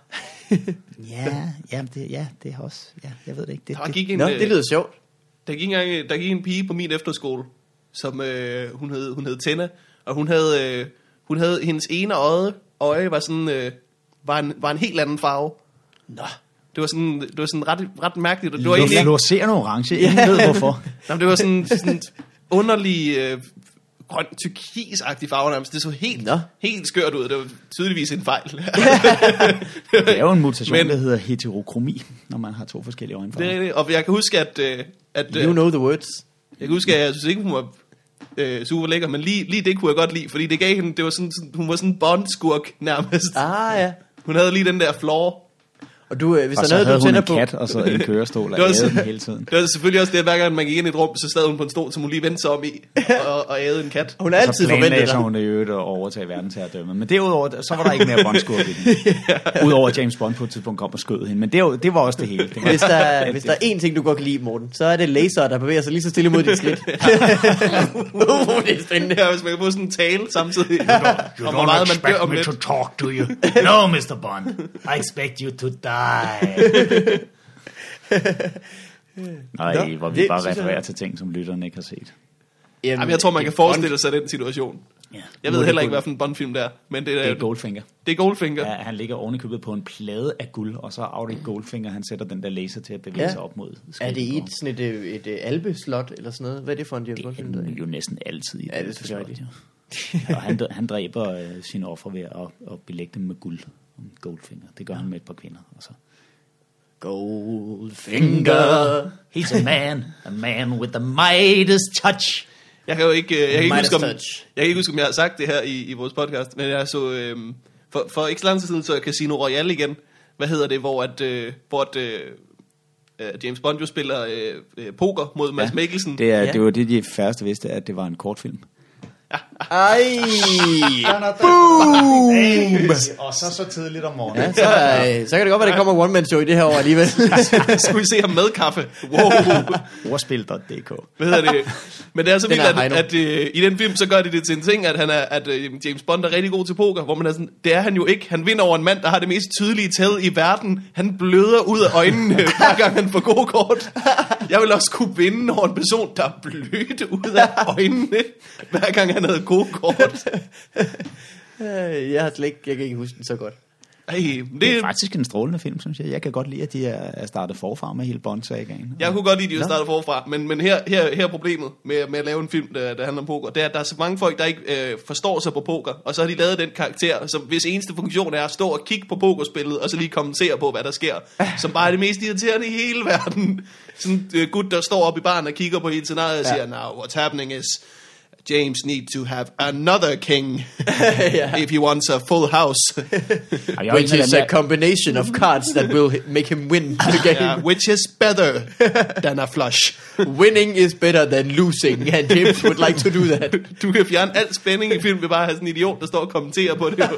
det er også... Ja, jeg ved det ikke. Det lyder sjovt. Der gik en pige på min efterskole, som hun hed Tenna, og hun havde hendes ene øje var sådan var en helt anden farve. Nå. Det var sådan ret mærkeligt. Det var fluorescerende orange. Ingen ved hvorfor. Jamen, det var sådan underlig grøn turkisagtig farve nærmest. Det så helt skørt ud. Det var tydeligvis en fejl. Det er jo en mutation, der hedder heterokromi, når man har 2 forskellige øjenfarver. Det er det. Og jeg kan huske, at you know the words. Jeg kan huske, at jeg synes ikke, hun var super lækker, men lige det kunne jeg godt lide, fordi det gav hende, det var sådan, hun var sådan en Bond-skurk nærmest. Ja. Hun havde lige den der floor. Og du, hvis Og der så er noget, havde du hun tænder en på... kat, og så en kørestol, og Det var ædede så- den hele tiden. Det var selvfølgelig også det, at hver gang man gik ind i et rum, så sad hun på en stol, som hun lige vendte sig om i, og ædede en kat. Hun er Og altid så planlagde forventet så dig. hun i øvrigt at overtage verdensherredømmet. Men derudover, så var der ikke mere Bond-skurk i hende. Udover at James Bond på et tidspunkt kom og skød hende. Men det var også det hele. Det var, Hvis der er én ting, du godt kan lide, Morten, så er det laser, der bevæger sig lige så stille mod dit skridt. Det er spændende. Ja, hvis man kan få sådan en tale samtidig. Og hvor meget man dør om lidt. talk to you. No, Mr. Bond. I expect you to die. Nej, hvor vi det bare synes jeg- refererer til ting, som lytterne ikke har set. Jamen, jeg tror, man kan forestille sig den situation. Ja. Jeg ved heller ikke, hvad for en Bond-film det er. Men det Det er Goldfinger. Det er Goldfinger. Ja, han ligger oven i købet på en plade af guld, og så Audi Goldfinger, han sætter den der laser til at bevæge sig op mod Er det skridtet. sådan et alpeslot eller sådan noget? Hvad er det for en James Bond-film? der er? Det er jo næsten altid i Ja, det er selvfølgelig ja. Og han dræber sine ofre ved at belægge dem med guld. Goldfinger. Det gør han med et par kvinder. Og så. Goldfinger. He's a man with the Midas touch. Jeg kan jo ikke, jeg kan ikke, Midas huske, om, touch. jeg kan ikke huske, om jeg har sagt det her i vores podcast, men jeg så, for ikke så lang tid siden, så Casino Royale igen. Hvad hedder det, hvor James Bond jo spiller poker mod Mads Mikkelsen. Det var det, de færreste vidste, at det var en kortfilm. Ej. Boom! Og så tidligt om morgenen. Ja, så kan det godt være, der kommer one-man-show i det her år alligevel. Skulle vi se ham med kaffe? Wow. Ordspil.dk. Hvad hedder det? Men det er så Den vildt, er at i den film, så gør de det til en ting, at James Bond er rigtig god til poker, hvor man er sådan, det er han jo ikke. Han vinder over en mand, der har det mest tydelige tæd i verden. Han bløder ud af øjnene, hver gang han får gode kort. Jeg vil også kunne vinde over en person, der blødte ud af øjnene, hver gang han havde gode kort. Jeg kan ikke huske den så godt. Det er faktisk en strålende film, synes jeg. Jeg kan godt lide, at de er startet forfra med hele Bond-sagaen. Jeg kunne godt lide, at de startede forfra, men her er problemet med at lave en film, der handler om poker. Det er, at der er så mange folk, der ikke forstår sig på poker, og så har de lavet den karakter, som hvis eneste funktion er at stå og kigge på pokerspillet, og så lige kommentere på, hvad der sker, som bare er det mest irriterende i hele verden. Sådan en gut, der står op i baren og kigger på hele scenariet og siger, now what's happening is James need to have another king if he wants a full house. Which is a combination of cards that will make him win the game. Yeah, which is better than a flush. Winning is better than losing, and James would like to do that. Du kan fjerne al spænding i film ved bare at have sådan en idiot, der står og kommenterer på det.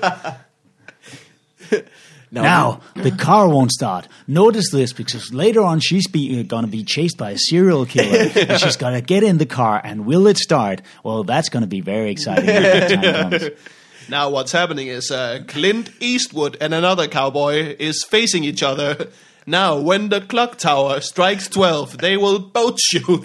Now, the car won't start. Notice this, because later on she's gonna be chased by a serial killer, and she's gonna get in the car, and will it start? Well, that's gonna be very exciting when the time comes. Now what's happening is Clint Eastwood and another cowboy is facing each other. Now when the clock tower strikes 12, they will both shoot.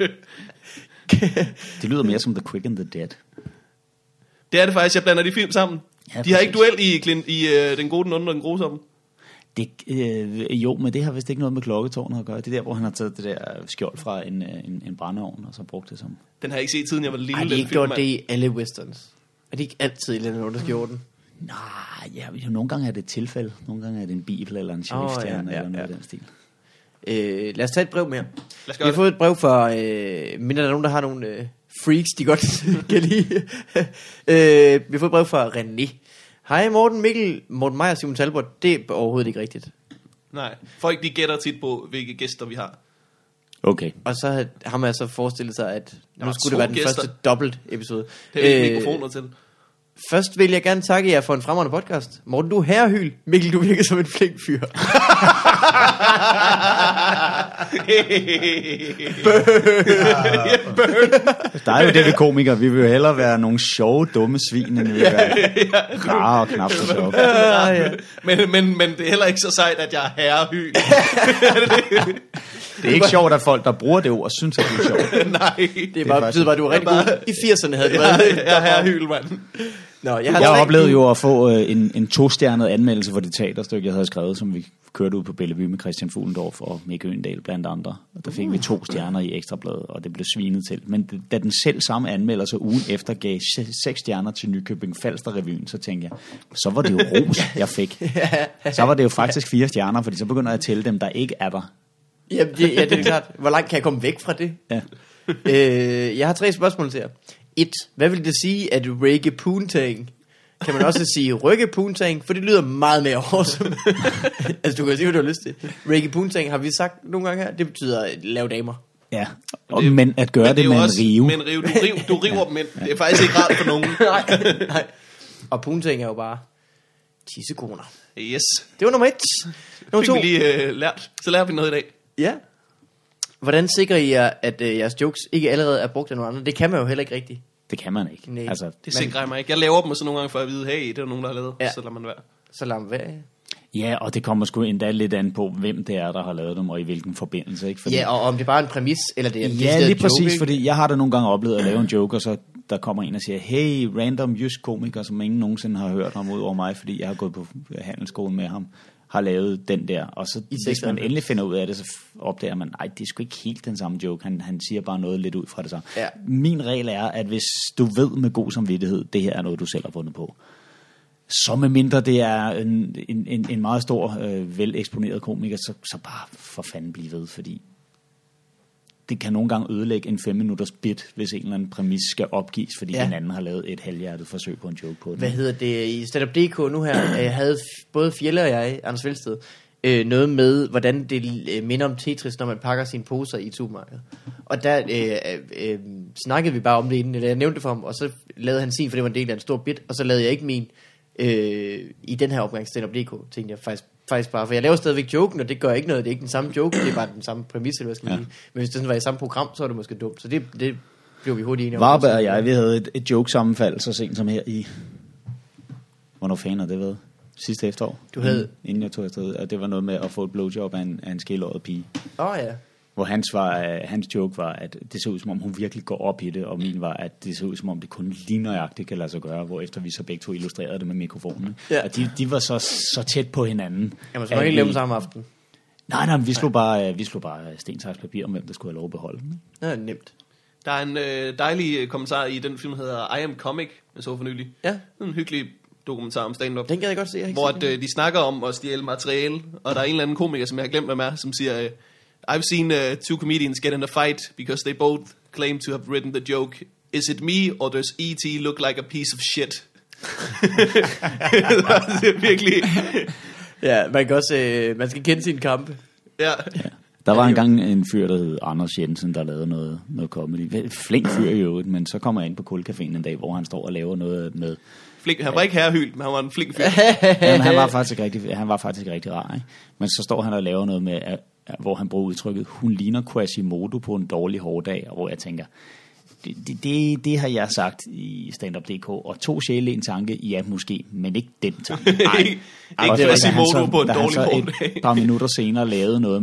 Det lyder mere som The Quick and the Dead. Det er det faktisk, jeg blander de film sammen. Ja, De har ikke præcis. duel i Den Gode, Den Onde og Den Grusomme. Jo, men det har vist ikke noget med klokketårnet at gøre. Det er der, hvor han har taget det der skjold fra en brændeovn, og så brugt det som... Den har jeg ikke set siden jeg var lille. Har de den ikke film, gjort mand. det i alle westerns? Er de ikke altid i den underskjorten? Nej, ja, nogle gange er det et tilfælde. Nogle gange er det en bibel eller en sheriffstjerne eller noget af den stil. Lad os tage et brev mere. Lad os Vi gøre har fået et brev fra, mindre der er nogen, der har nogle freaks, de godt kan lide. Vi har fået et brev fra René. Hej Morten Mikkel, Morten Meier og Simon Talbot. Det er overhovedet ikke rigtigt. Nej, folk de gætter tit på, hvilke gæster vi har. Okay. Og så har man altså forestillet sig, at nu var skulle det 2 være den gæster. første dobbelt episode. Det er ikke mikrofoner til. Først vil jeg gerne takke jer for en fremragende podcast. Morten, du er herrehyl. Mikkel, du virker som en flink fyr. Der er jo det ved komikere. Vi vil jo hellere være nogle sjove, dumme svin, end vi vil være rare og knap så sjove. Men det er heller ikke så sejt, at jeg er herrehyl. Det er ikke sjovt, at folk, der bruger det ord, synes, at det er sjovt. Nej. Det er bare, betyder bare, at du var rigtig god. I 80'erne havde det været. Jeg er herrehyl, mand. Nå, Jeg oplevede jo at få en 2-stjernet anmeldelse for det teaterstykke, jeg havde skrevet, som vi kørte ud på Bellevue med Christian Fuglendorf og Mikke Øgendal blandt andre. Og der fik vi 2 stjerner i Ekstrabladet, og det blev svinet til. Men da den selv samme anmelder så ugen efter gav 6 stjerner til Nykøbing Falster-revyen, så tænkte jeg, så var det jo ros, jeg fik. Så var det jo faktisk 4 stjerner, fordi så begynder jeg at tælle dem, der ikke er der. Ja, det er klart. Hvor langt kan jeg komme væk fra det? Ja. Jeg har 3 spørgsmål til jer. 1. Hvad vil det sige, at Reggae Poontang kan man også sige Rygge Poontang, for det lyder meget mere awesome. Altså, du kan sige, hvad du har lyst til. Rygge Poontang har vi sagt nogle gange her, det betyder lave damer. Ja, men at gøre det med en rive. Med en rive. Du river dem ind. Det er faktisk ikke rart for nogen. Nej. Og Poontang er jo bare tissekoner. Yes. Det var nummer 1. Nummer 2. Fik vi lige lært. Så lærer vi noget i dag. Ja. Hvordan sikrer I jer, at jeres jokes ikke allerede er brugt af nogen andre? Det kan man jo heller ikke rigtigt. Det kan man ikke. Nej. Altså, Det sikrer jeg mig ikke. Jeg laver dem så nogle gange for at vide, hey, det er nogen, der har lavet. Ja. Så lader man være. Så lad dem være. ja, og det kommer sgu endda lidt an på, hvem det er, der har lavet dem, og i hvilken forbindelse. Ikke? Fordi, Ja, og om det er bare en præmis, eller det er ja, lige præcis, joke, ikke? fordi jeg har da nogle gange oplevet at lave en joke, og så der kommer en og siger, hey, random jysk komiker, som ingen nogensinde har hørt om ud over mig, fordi jeg har gået på handelsskolen med ham, har lavet den der, og så hvis man endelig finder ud af det, så opdager man, nej, det er sgu ikke helt den samme joke, han siger bare noget lidt ud fra det samme. Ja. Min regel er, at hvis du ved med god samvittighed, det her er noget, du selv har fundet på, så med mindre det er en meget stor, veleksponeret komiker, så bare for fanden blive ved, fordi det kan nogle gange ødelægge en 5-minutters bit, hvis en eller anden præmis skal opgives, fordi den anden har lavet et halvhjertet forsøg på en joke på den. Hvad hedder det? I Stand-up.dk nu her, havde både Fjelle og jeg, Anders Velsted, noget med, hvordan det minder om Tetris, når man pakker sine poser i et supermarked. Og der snakkede vi bare om det inden, eller jeg nævnte det for ham, og så lavede han sin, for det var en del af en stor bit, og så lavede jeg ikke min i den her opgang Stand-up.dk, tænkte jeg faktisk bare, for jeg laver stadigvæk joken, og det gør ikke noget, det er ikke den samme joke, det er bare den samme præmis, eller hvad skal man sige. Men hvis det sådan var i samme program, så var det måske dumt, så det blev vi hurtigt enige om. Varberg og jeg, vi havde et joke-sammenfald så sent som her i, hvornår fanden har det været? Sidste efterår. Du havde... Inden jeg tog afsted, og det var noget med at få et blowjob af en skælåret pige. Ja. Hvor hans joke var, at det så ud som om, hun virkelig går op i det, og min var, at det så ud som om, det kun lige nøjagtigt kan lade sig gøre, hvor efter vi så begge to illustrerede det med mikrofonen. Ja. Og de var så tæt på hinanden. Jamen, så må ikke lave dem samme aften. Nej, vi slog bare sten, saks, papir om, hvem der skulle have lov at beholde den. Ja, nemt. Der er en dejlig kommentar i den film, der hedder I Am Comic, jeg så for nylig. Ja. En hyggelig dokumentar om stand-up. Den kan jeg godt se. Hvor de snakker om at stjæle materiale, og der er en eller anden komiker, som jeg har glemt, hvem er, som siger, I've seen two comedians get in a fight because they both claim to have written the joke. Is it me, or does E.T. look like a piece of shit? Det er virkelig... Ja, man kan også, man skal kende sine kampe. Ja. Der var engang en fyr, der hed Anders Jensen, der lavede noget comedy. Flink fyr i øvrigt, men så kommer jeg ind på Kulcaféen en dag, hvor han står og laver noget med... Flink, han var ikke herrehylt, men han var en flink fyr. Jamen, han var faktisk rigtig rar, ikke? Men så står han og laver noget med, hvor han bruger udtrykket, hun ligner Quasimodo på en dårlig hårdag, og hvor jeg tænker, det har jeg sagt i Stand-up.dk, og 2 sjæle en tanke, ja måske, men ikke den tanke. Nej, ikke Quasimodo på en dårlig hårdag. Et par minutter senere lavede noget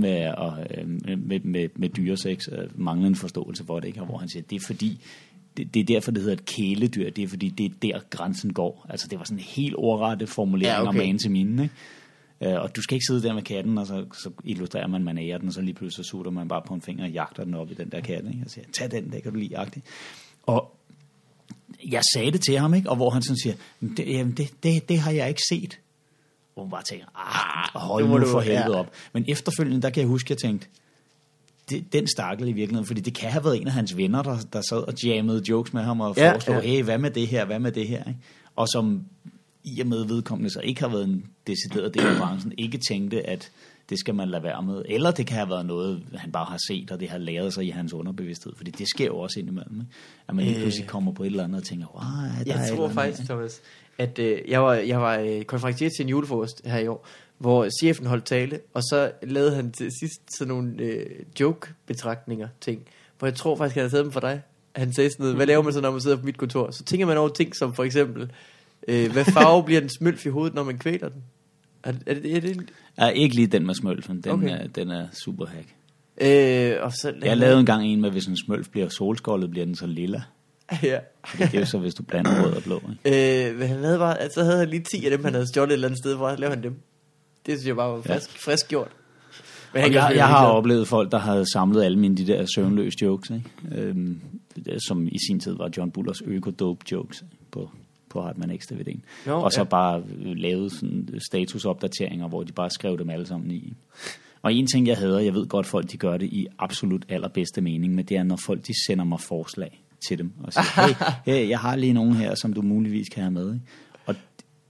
med dyresex, manglende forståelse for det, ikke? Og hvor han siger, det er fordi, det er derfor, det hedder et kæledyr, det er fordi, det er der grænsen går. Altså det var sådan en helt ordrette formulering om man til mine, ikke? Og du skal ikke sidde der med katten, og så illustrerer man ærer den, og så lige pludselig så sutter man bare på en finger og jagter den op i den der kat, ikke? Og siger, tag den, der kan du lige jagte. Og jeg sagde det til ham, ikke? Og hvor han sådan siger, det har jeg ikke set. Og hun bare tænker, hold nu for helvede op. Men efterfølgende, der kan jeg huske, jeg tænkte, den stakkel i virkeligheden, fordi det kan have været en af hans venner, der sad og jammede jokes med ham og foreslog, hey, hvad med det her, ikke? Og som i og med vedkommende så ikke har været en decideret del af branchen, ikke tænkte, at det skal man lade være med. Eller det kan have været noget, han bare har set, og det har læret sig i hans underbevidsthed. Fordi det sker jo også indimellem, ikke? At man lige pludselig kommer på et eller andet og tænker, wow, jeg tror faktisk, Thomas, at jeg var konferencier til en julefrokost her i år, hvor chefen holdt tale, og så lavede han til sidst sådan nogle joke-betragtninger ting, hvor jeg tror faktisk, han havde taget dem for dig. Han sagde sådan noget, hvad laver man så, når man sidder på mit kontor? Så tænker man over ting som for eksempel, hvad farve bliver den smølf i hovedet, når man kvæler den? Er det? Ikke lige den med smølfen, den er super hack. Og så jeg lavede engang en med, hvis en smølf bliver solskoldet, bliver den så lilla. Ja. Det er jo så, hvis du blander rød og blå. Men han lavede bare, så havde han lige 10 af dem, han havde stjålet et eller andet sted, hvor han lavede han dem. Det synes jeg bare var frisk gjort. Men jeg har oplevet folk, der havde samlet alle mine de der søvnløse jokes, ikke? Som i sin tid var John Bullers øko-dope jokes på Hartmann X-DVD'en. Og så bare lavet sådan statusopdateringer, hvor de bare skrev dem alle sammen i. Og en ting, jeg hader, jeg ved godt, folk de gør det i absolut allerbedste mening, men det er, når folk de sender mig forslag til dem og siger, hey, jeg har lige nogen her, som du muligvis kan have med. Ikke? Og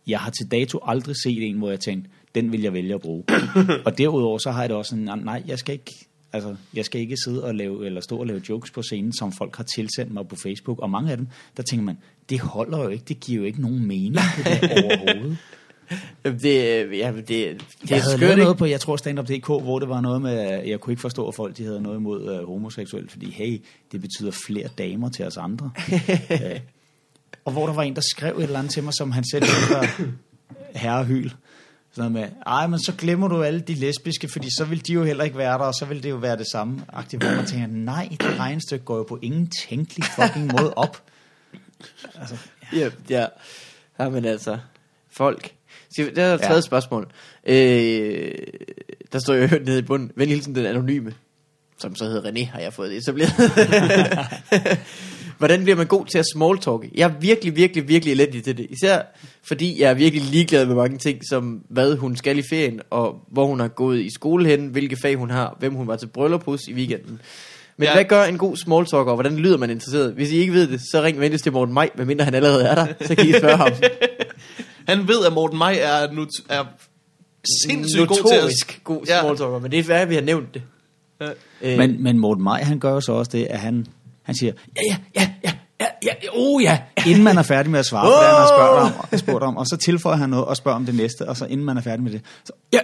jeg har til dato aldrig set en, hvor jeg tænkte, den vil jeg vælge at bruge. Og derudover så har jeg det også sådan, nej, jeg skal ikke sidde og stå og lave jokes på scenen, som folk har tilsendt mig på Facebook. Og mange af dem, der tænker man, det holder jo ikke, det giver jo ikke nogen mening overhovedet. Jeg havde lavet noget på, jeg tror stand-up.dk, hvor det var noget med, jeg kunne ikke forstå, at folk de havde noget imod homoseksuelt, fordi hey, det betyder flere damer til os andre. Og hvor der var en, der skrev et eller andet til mig, som han selv var herrehyl. Sådan med, men så glemmer du alle de lesbiske, fordi så vil de jo heller ikke være der, og så vil det jo være det samme. Aktivt, hvor man tænker, nej, det regnestykke går jo på ingen tænkelig fucking måde op. Altså, ja. Men altså, folk. Det er et tredje spørgsmål. Der står jo nede i bunden, venlig hilsen den anonyme, som så hedder René, har jeg fået etableret. Hvordan bliver man god til at smalltalke? Jeg er virkelig, virkelig, virkelig elendig til det. Især fordi jeg er virkelig ligeglad med mange ting, som hvad hun skal i ferien, og hvor hun har gået i skole hen, hvilke fag hun har, hvem hun var til bryllup hos i weekenden. Men hvad gør en god smalltalker, og hvordan lyder man interesseret? Hvis I ikke ved det, så ring venligst til Morten Maj, medmindre han allerede er der, så kan I spørge ham. Han ved, at Morten Maj er sindssygt god til at... god smalltalker, men det er værd, vi har nævnt det. Ja. Men Morten Maj, han gør jo så også det, at han siger, ja, inden man er færdig med at svare på det, han har spurgt om, og så tilføjer han noget og spørger om det næste, og så inden man er færdig med det, så ja.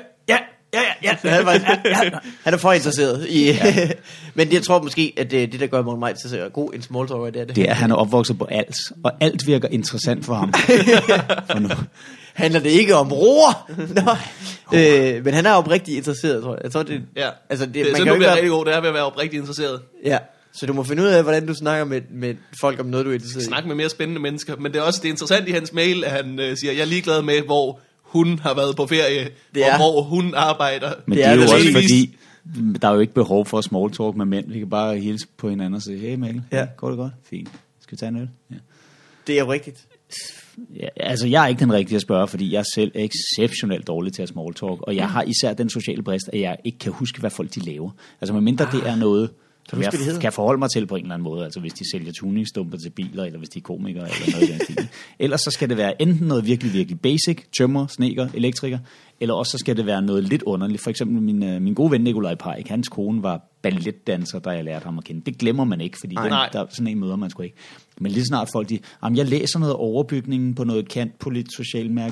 Han er for interesseret i... Men jeg tror måske, at det der gør Morten Maj til at god en smalltalker, det er det. Det er, han er opvokset på alt, og alt virker interessant for ham. For nu. Handler det ikke om roer? Men han er oprigtigt interesseret, tror jeg. Jeg tror, det, altså, det så nu bliver rigtig god, det er ved at være oprigtigt interesseret. Ja, så du må finde ud af, hvordan du snakker med folk om noget, du er interesseret i. Snak med mere spændende mennesker, men det er også det er interessant i hans mail, at han siger, jeg er ligeglad med, hvor hun har været på ferie, og hvor hun arbejder. Men det er jo også fordi, der er jo ikke behov for small talk med mænd. Vi kan bare hilse på hinanden og sige, hey Mikkel, går det godt? Fint. Skal vi tage en øl? Ja. Det er jo rigtigt. Ja, altså, jeg er ikke den rigtige at spørge, fordi jeg er selv exceptionelt dårlig til at small talk, og jeg har især den sociale brist, at jeg ikke kan huske, hvad folk de laver. Altså, medmindre det er noget, som jeg kan forholde mig til på en eller anden måde, altså hvis de sælger tuningstumper til biler, eller hvis de er komikere, eller noget i den stil. Ellers så skal det være enten noget virkelig, virkelig basic, tømrer, snedker, elektriker, eller også så skal det være noget lidt underligt. For eksempel min gode ven Nikolaj Pajk, hans kone var balletdanser, da jeg lærte ham at kende. Det glemmer man ikke, fordi der sådan en møder man sgu ikke. Men lige snart folk jeg læser noget overbygningen på noget kant på lidt social mærke.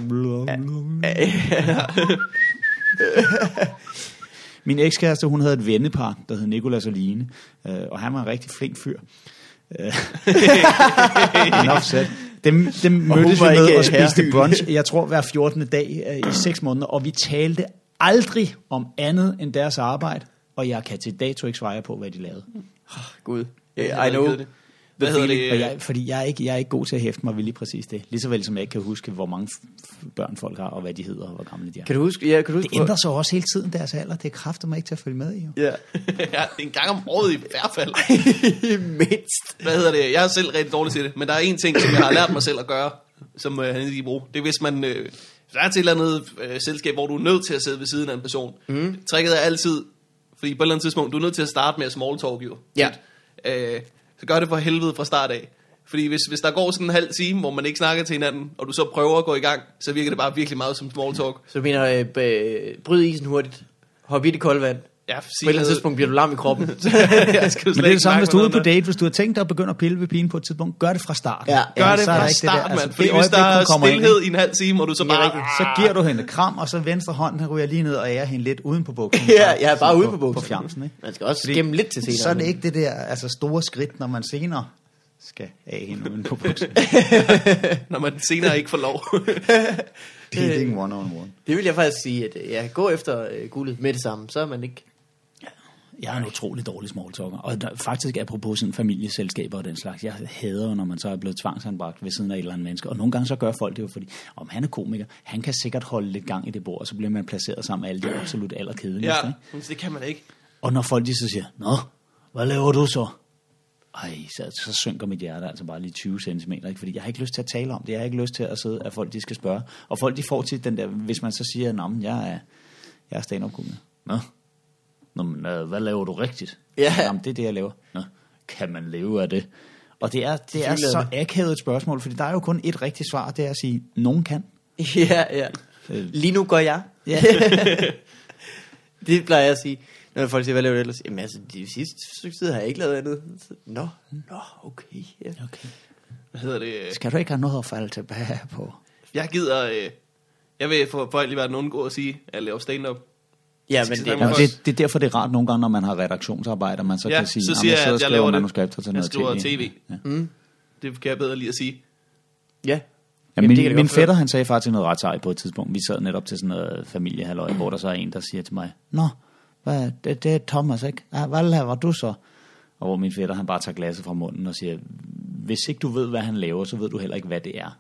Min ekskæreste, hun havde et vennepar, der hed Nicolas og Line, og han var en rigtig flink fyr. Dem mødtes vi med og spiste brunch, jeg tror hver 14. dag i 6 måneder, og vi talte aldrig om andet end deres arbejde, og jeg kan til dato ikke svare på, hvad de lavede. Gud, I know. Hvad hedder det? Fordi jeg er ikke god til at hæfte mig ved lige præcis det. Lige vel som jeg ikke kan huske, hvor mange børn folk har, og hvad de hedder, og hvor gamle de er. Kan du huske? Det ændrer sig også hele tiden deres alder. Det kræfter mig ikke til at følge med i. Jo. Ja. En gang om året i hvert fald. Mindst. Hvad hedder det? Jeg er selv rigtig dårlig til det, men der er en ting, som jeg har lært mig selv at gøre, som han ikke bruge. Det er, hvis man... der er til et eller andet selskab, hvor du er nødt til at sidde ved siden af en person. Tricket er altid... Fordi på et eller andet tidspunkt, du er nødt til at starte med at small talk, jo. Ja. Så gør det for helvede fra start af. Fordi hvis der går sådan en halv time, hvor man ikke snakker til hinanden, og du så prøver at gå i gang, så virker det bare virkelig meget som small talk. Så du mener, bryd isen hurtigt, hop i det kolde vand. Ja, på et eller andet tidspunkt bliver du lam i kroppen. Men det er det samme, hvis du er ude på date, hvis du har tænkt dig at begynde at pille ved pigen på et tidspunkt, gør det fra start. Ja, gør det fra start, mand. Fordi hvis der er stillhed i en halv time, og du så bare... Så giver du hende et kram, og så venstre hånd, han ryger lige ned og ærer hende lidt uden på buksen. Ja, jeg er bare ude på buksen. På fjamsen, ikke? Man skal også gemme lidt til senere. Så er det ikke det der store skridt, når man senere skal af hende uden på buksen. Når man senere ikke får lov. Dating one-on-one. Det vil jeg faktisk sige, at gå efter guldet med det samme, så er man ikke... Jeg er en utrolig dårlig smalltalker, og faktisk apropos sådan familieselskaber og den slags, jeg hader, når man så er blevet tvangsanbragt ved siden af et eller andet menneske, og nogle gange så gør folk det jo, fordi om han er komiker, han kan sikkert holde lidt gang i det bord, og så bliver man placeret sammen med alle de absolut allerkedeligste. Ja, det kan man ikke. Og når folk de så siger, nå, hvad laver du så? Så synker mit hjerte altså bare lige 20 cm, ikke? Fordi jeg har ikke lyst til at tale om det, jeg har ikke lyst til at sidde, at folk de skal spørge, og folk de får til den der, hvis man så siger, nå, jeg er stand-up-komiker. Nå, men hvad laver du rigtigt? Ja. Jamen, det er det, jeg laver. Nå, kan man leve af det? Og det er så akavet et spørgsmål, fordi der er jo kun et rigtigt svar, det er at sige, nogen kan, Ja. Lige nu går jeg. Ja. Det plejer jeg at sige. Når folk siger, hvad laver du ellers? Jamen altså, de sidste stykke tid har jeg ikke lavet andet. Nå, okay. Ja. Okay. Hvad hedder det? Skal du ikke have noget at falde tilbage på? Jeg gider... jeg vil for folk lige være nogen god at sige, at jeg laver stand-up. Ja, men det er derfor, det er rart nogle gange, når man har redaktionsarbejde, man så kan sige, så siger jeg, at jeg laver manuskripter til noget skriver tv. Ja. Det kan jeg bedre lige at sige. Ja. Ja, min fætter, han sagde faktisk noget ret sejt på et tidspunkt. Vi sad netop til sådan noget familiehalløj, hvor der så er en, der siger til mig, nå, det er Thomas, ikke? Hvad laver du så? Og hvor min fætter, han bare tager glasset fra munden og siger, hvis ikke du ved, hvad han laver, så ved du heller ikke, hvad det er.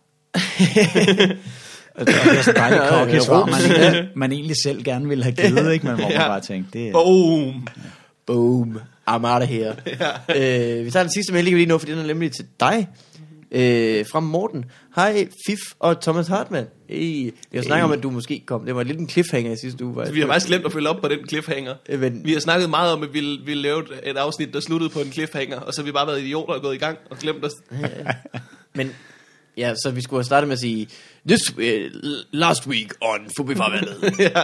Det er så dejligt kokke svar, man egentlig selv gerne ville have givet, ikke? Men hvor man bare tænkte, det er... Boom. I'm out of here. Vi tager den sidste mail lige nu, for den er nemlig til dig. Fra Morten. Hej Fif og Thomas Hartmann. Jeg snakker om, at du måske kom. Det var lidt en cliffhanger i sidste uge. Vi har faktisk glemt at følge op på den cliffhanger. Vi har snakket meget om, at vi ville lave et afsnit, der sluttede på en cliffhanger, og så har vi bare været idioter og gået i gang og glemt os. Men ja, så vi skulle have startet med at sige last week on Fubifarvandet. Ja.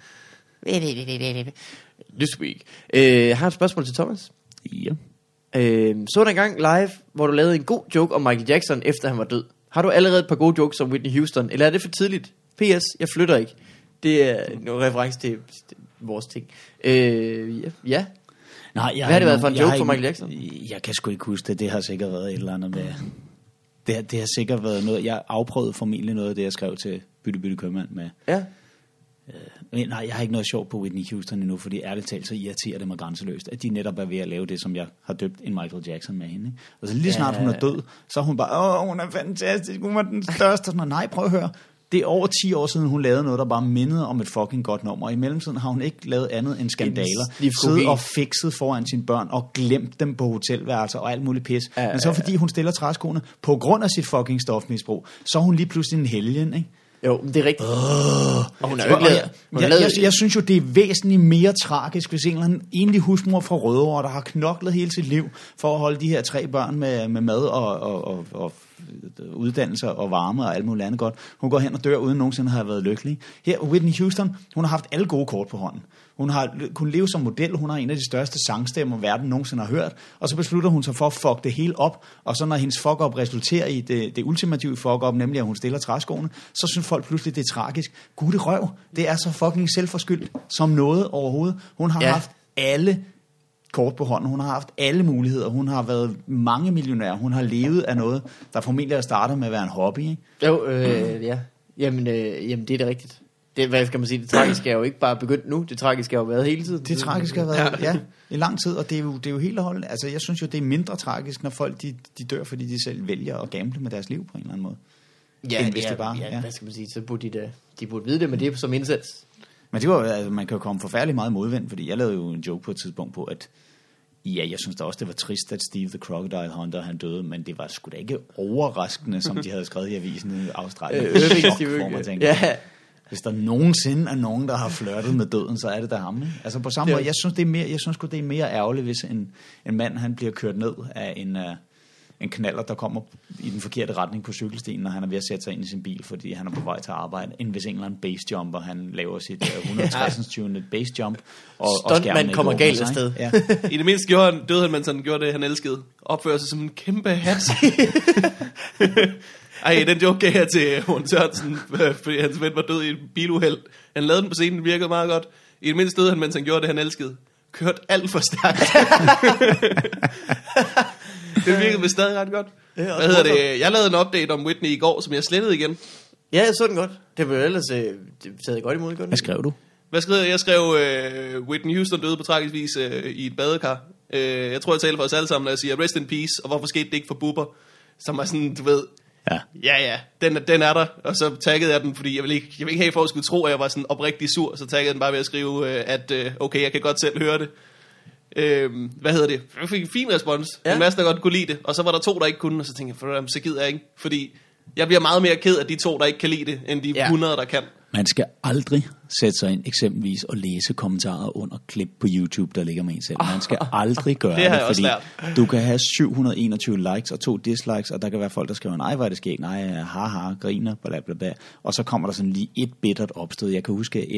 This week. Jeg har et spørgsmål til Thomas. Ja. Så der engang live, hvor du lavede en god joke om Michael Jackson, efter han var død. Har du allerede et par gode jokes om Whitney Houston, eller er det for tidligt? PS, jeg flytter ikke. Det er en reference til vores ting. Ja. Nej, hvad har det været for en joke for Michael Jackson? Jeg kan sgu ikke huske det. Det har sikkert været et eller andet med... Det har sikkert været noget... Jeg afprøvede formentlig noget af det, jeg skrev til Bytte Købmand med. Ja. Men nej, jeg har ikke noget sjovt på Whitney Houston endnu, fordi ærligt talt, så irriterer det mig grænseløst, at de netop er ved at lave det, som jeg har døbt en Michael Jackson med hende. Og så lige snart hun er død, så er hun bare, hun er fantastisk, hun var den største. Nej, prøv at høre. Det er over 10 år siden, hun lavede noget, der bare mindede om et fucking godt nummer. Og i mellemtiden har hun ikke lavet andet end skandaler. Siddet og fikset foran sine børn og glemt dem på hotelværelser og alt muligt pis. Men så fordi hun stiller træskoene på grund af sit fucking stofmisbrug, så er hun lige pludselig en helgen, ikke? Jo, det er rigtigt. Og hun er jo ikke jeg synes jo, det er væsentligt mere tragisk, hvis en eller anden enlig husmor fra Rødovre, der har knoklet hele sit liv for at holde de her 3 børn med mad og uddannelse og varme og alt muligt andet godt. Hun går hen og dør uden nogensinde at have været lykkelig. Her, Whitney Houston, hun har haft alle gode kort på hånden. Hun har kunnet leve som model, hun har en af de største sangstemmer, verden nogensinde har hørt, og så beslutter hun sig for at fuck det hele op, og så når hendes fuck-up resulterer i det ultimative fuck-up, nemlig at hun stiller træskoene, så synes folk pludselig, det er tragisk. Gud det røv, det er så fucking selvforskyldt som noget overhovedet. Hun har haft alle kort på hånden, hun har haft alle muligheder, hun har været mange millionær, hun har levet af noget, der formentlig har startet med at være en hobby, ikke? Jo, ja. Jamen, det er det rigtigt. Det, hvad skal man sige, det tragiske er jo ikke bare begyndt nu, det tragiske har jo været hele tiden. Det tragiske har været, i lang tid, og det er jo helt og holdt. Altså, jeg synes jo, det er mindre tragisk, når folk de dør, fordi de selv vælger at gamble med deres liv på en eller anden måde. Ja, hvad skal man sige, så burde de burde vide det, men det er som indsats. Men det var, altså, man kan jo komme forfærdeligt meget modvind, fordi jeg lavede jo en joke på et tidspunkt på, at jeg synes da også, det var trist, at Steve the Crocodile Hunter, han døde, men det var sgu da ikke overraskende, som de havde skrevet i avisen i Australien. Hvor man tænkte, hvis der nogensinde er nogen, der har flirtet med døden, så er det der ham. Ikke? Altså på samme måde, jeg synes det er mere ærgerligt, hvis en mand, han bliver kørt ned af en knaller, der kommer i den forkerte retning på cykelstien, når han er ved at sætte sig ind i sin bil, fordi han er på vej til arbejde, end hvis en eller anden basejumper, han laver sit 160-tunede basejump, og stuntmand kommer galt afsted. Ja. I det mindste døde han, mens han gjorde det, han elskede. Opfører sig som en kæmpe hat. Ej, den joke gav jeg til Horn Sørensen, fordi hans ven var død i et biluheld. Han lavede den på scenen, virkede meget godt. I det mindste døde han, mens han gjorde det, han elskede. Kørt alt for stærkt. Det virkede vist stadig ret godt. Hvad hedder det? Jeg lavede en update om Whitney i går, som jeg slettede igen. Ja, jeg så den godt. Det var ellers taget godt imod. Hvad skrev du? Hvad skrev jeg? Jeg skrev, Whitney Houston døde på tragisk vis i et badekar. Jeg tror, jeg taler for os alle sammen, når jeg siger rest in peace, og hvorfor skete det ikke for Bubber? Som var sådan, du ved, ja, den er der. Og så taggede jeg den, fordi jeg vil ikke have, at folk skulle tro, at jeg var sådan oprigtig sur. Så taggede jeg den bare ved at skrive, at okay, jeg kan godt selv høre det. Hvad hedder det? Jeg fik en fin respons. En masse, der godt kunne lide det. Og så var der 2, der ikke kunne, og så tænkte jeg, så gider jeg ikke. Fordi jeg bliver meget mere ked af de 2, der ikke kan lide det, end de 100, der kan. Man skal aldrig sætte sig ind eksempelvis og læse kommentarer under klip på YouTube, der ligger med en selv. Man skal aldrig gøre det, fordi du kan have 721 likes og 2 dislikes, og der kan være folk, der skriver, nej, hvor er det skægt, nej, haha, griner, bla bla bla. Og så kommer der sådan lige et bittert opstød. Jeg kan huske,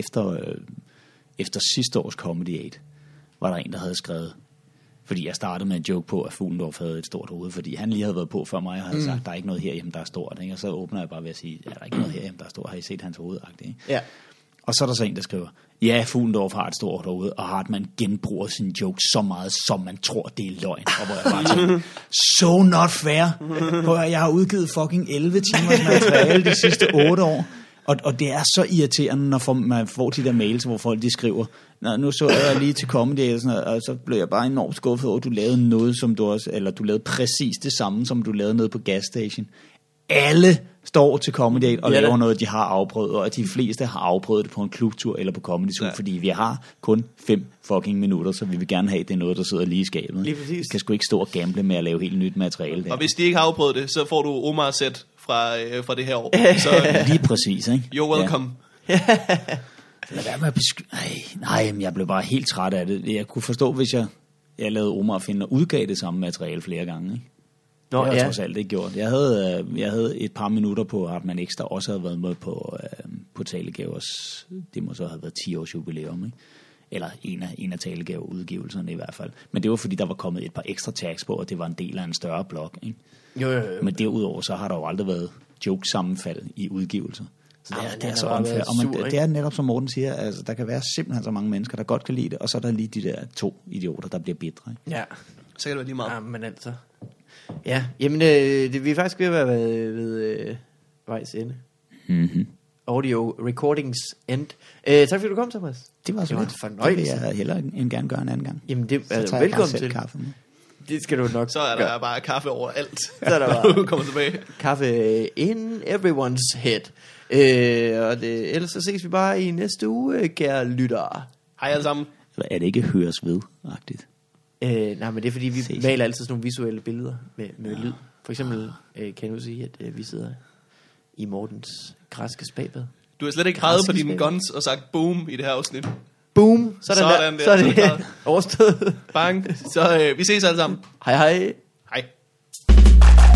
efter sidste års Comedy 8, var der en, der havde skrevet, fordi jeg startede med en joke på, at Fuglendorf havde et stort hoved, fordi han lige havde været på før mig, og havde sagt, der er ikke noget herhjemme, der er stort. Ikke? Og så åbner jeg bare ved at sige, ja, der er ikke noget herhjemme, der er stort. Har I set hans hoved? Ikke? Ja. Og så er der så en, der skriver, ja, Fuglendorf har et stort hoved, og Hartmann genbruger sin joke så meget, som man tror, det er løgn. Og hvor jeg bare tænker, so not fair. For jeg har udgivet fucking 11 timers materiale de sidste 8 år. Og det er så irriterende, når man får de der mails, hvor folk de skriver, nu så jeg lige til Comedy, og så blev jeg bare enormt skuffet over, at du lavede noget, som du også, eller du lavede præcis det samme, som du lavede noget på Gas Station. Alle står til Comedy og laver noget, de har afprøvet, og de fleste har afprøvet det på en klubtur eller på Comedy-tur, fordi vi har kun 5 fucking minutter, så vi vil gerne have, det er noget, der sidder lige i skabet. Lige præcis. Vi kan sgu ikke stå og gamble med at lave helt nyt materiale der. Og hvis de ikke har afprøvet det, så får du Omar sæt fra det her år. Så lige præcis, ikke? You're welcome. Ja. Lad være med at nej, men jeg blev bare helt træt af det. Jeg kunne forstå, hvis jeg lavede Omar finde og udgav det samme materiale flere gange, ikke? Det har jeg trods alt ikke gjort. Jeg havde et par minutter på Hartmann X, der også havde været med på Talegavers, det må så have været 10 års jubilæum, ikke? Eller en af Talegaver-udgivelserne i hvert fald. Men det var fordi, der var kommet et par ekstra tags på, og det var en del af en større blog, ikke? Jo. Men derudover, så har der jo aldrig været joke-sammenfald i udgivelser. Så det er så unfair. Og det er netop, som Morten siger, altså, der kan være simpelthen så mange mennesker, der godt kan lide det, og så er der lige de der 2 idioter, der bliver bitre, ikke? Ja. Så kan det være lige meget. Ja, men altså. Ja, jamen, vi er faktisk ved at være ved vejs ende. Mm-hmm. Audio recordings end. Tak fordi du kom, Thomas. Det var så lidt. Det vil jeg hellere end gerne gøre en anden gang. Jamen, det så er velkommen til. Kaffe med. Det skal du nok. Så er der bare kaffe overalt. Så er der bare du kommer tilbage. Kaffe in everyone's head. Ellers så ses vi bare i næste uge, kære lyttere. Hej alle sammen. Er det ikke høres ved-agtigt? Nej, men det er fordi, vi maler altid sådan nogle visuelle billeder med lyd. For eksempel kan jeg nu sige, at vi sidder i Mortens græske spabad. Du har slet ikke rejet på dine guns og sagt boom i det her afsnit. Boom! Så er det overstået. Bang! Så vi ses alle sammen. Hej hej. Hej.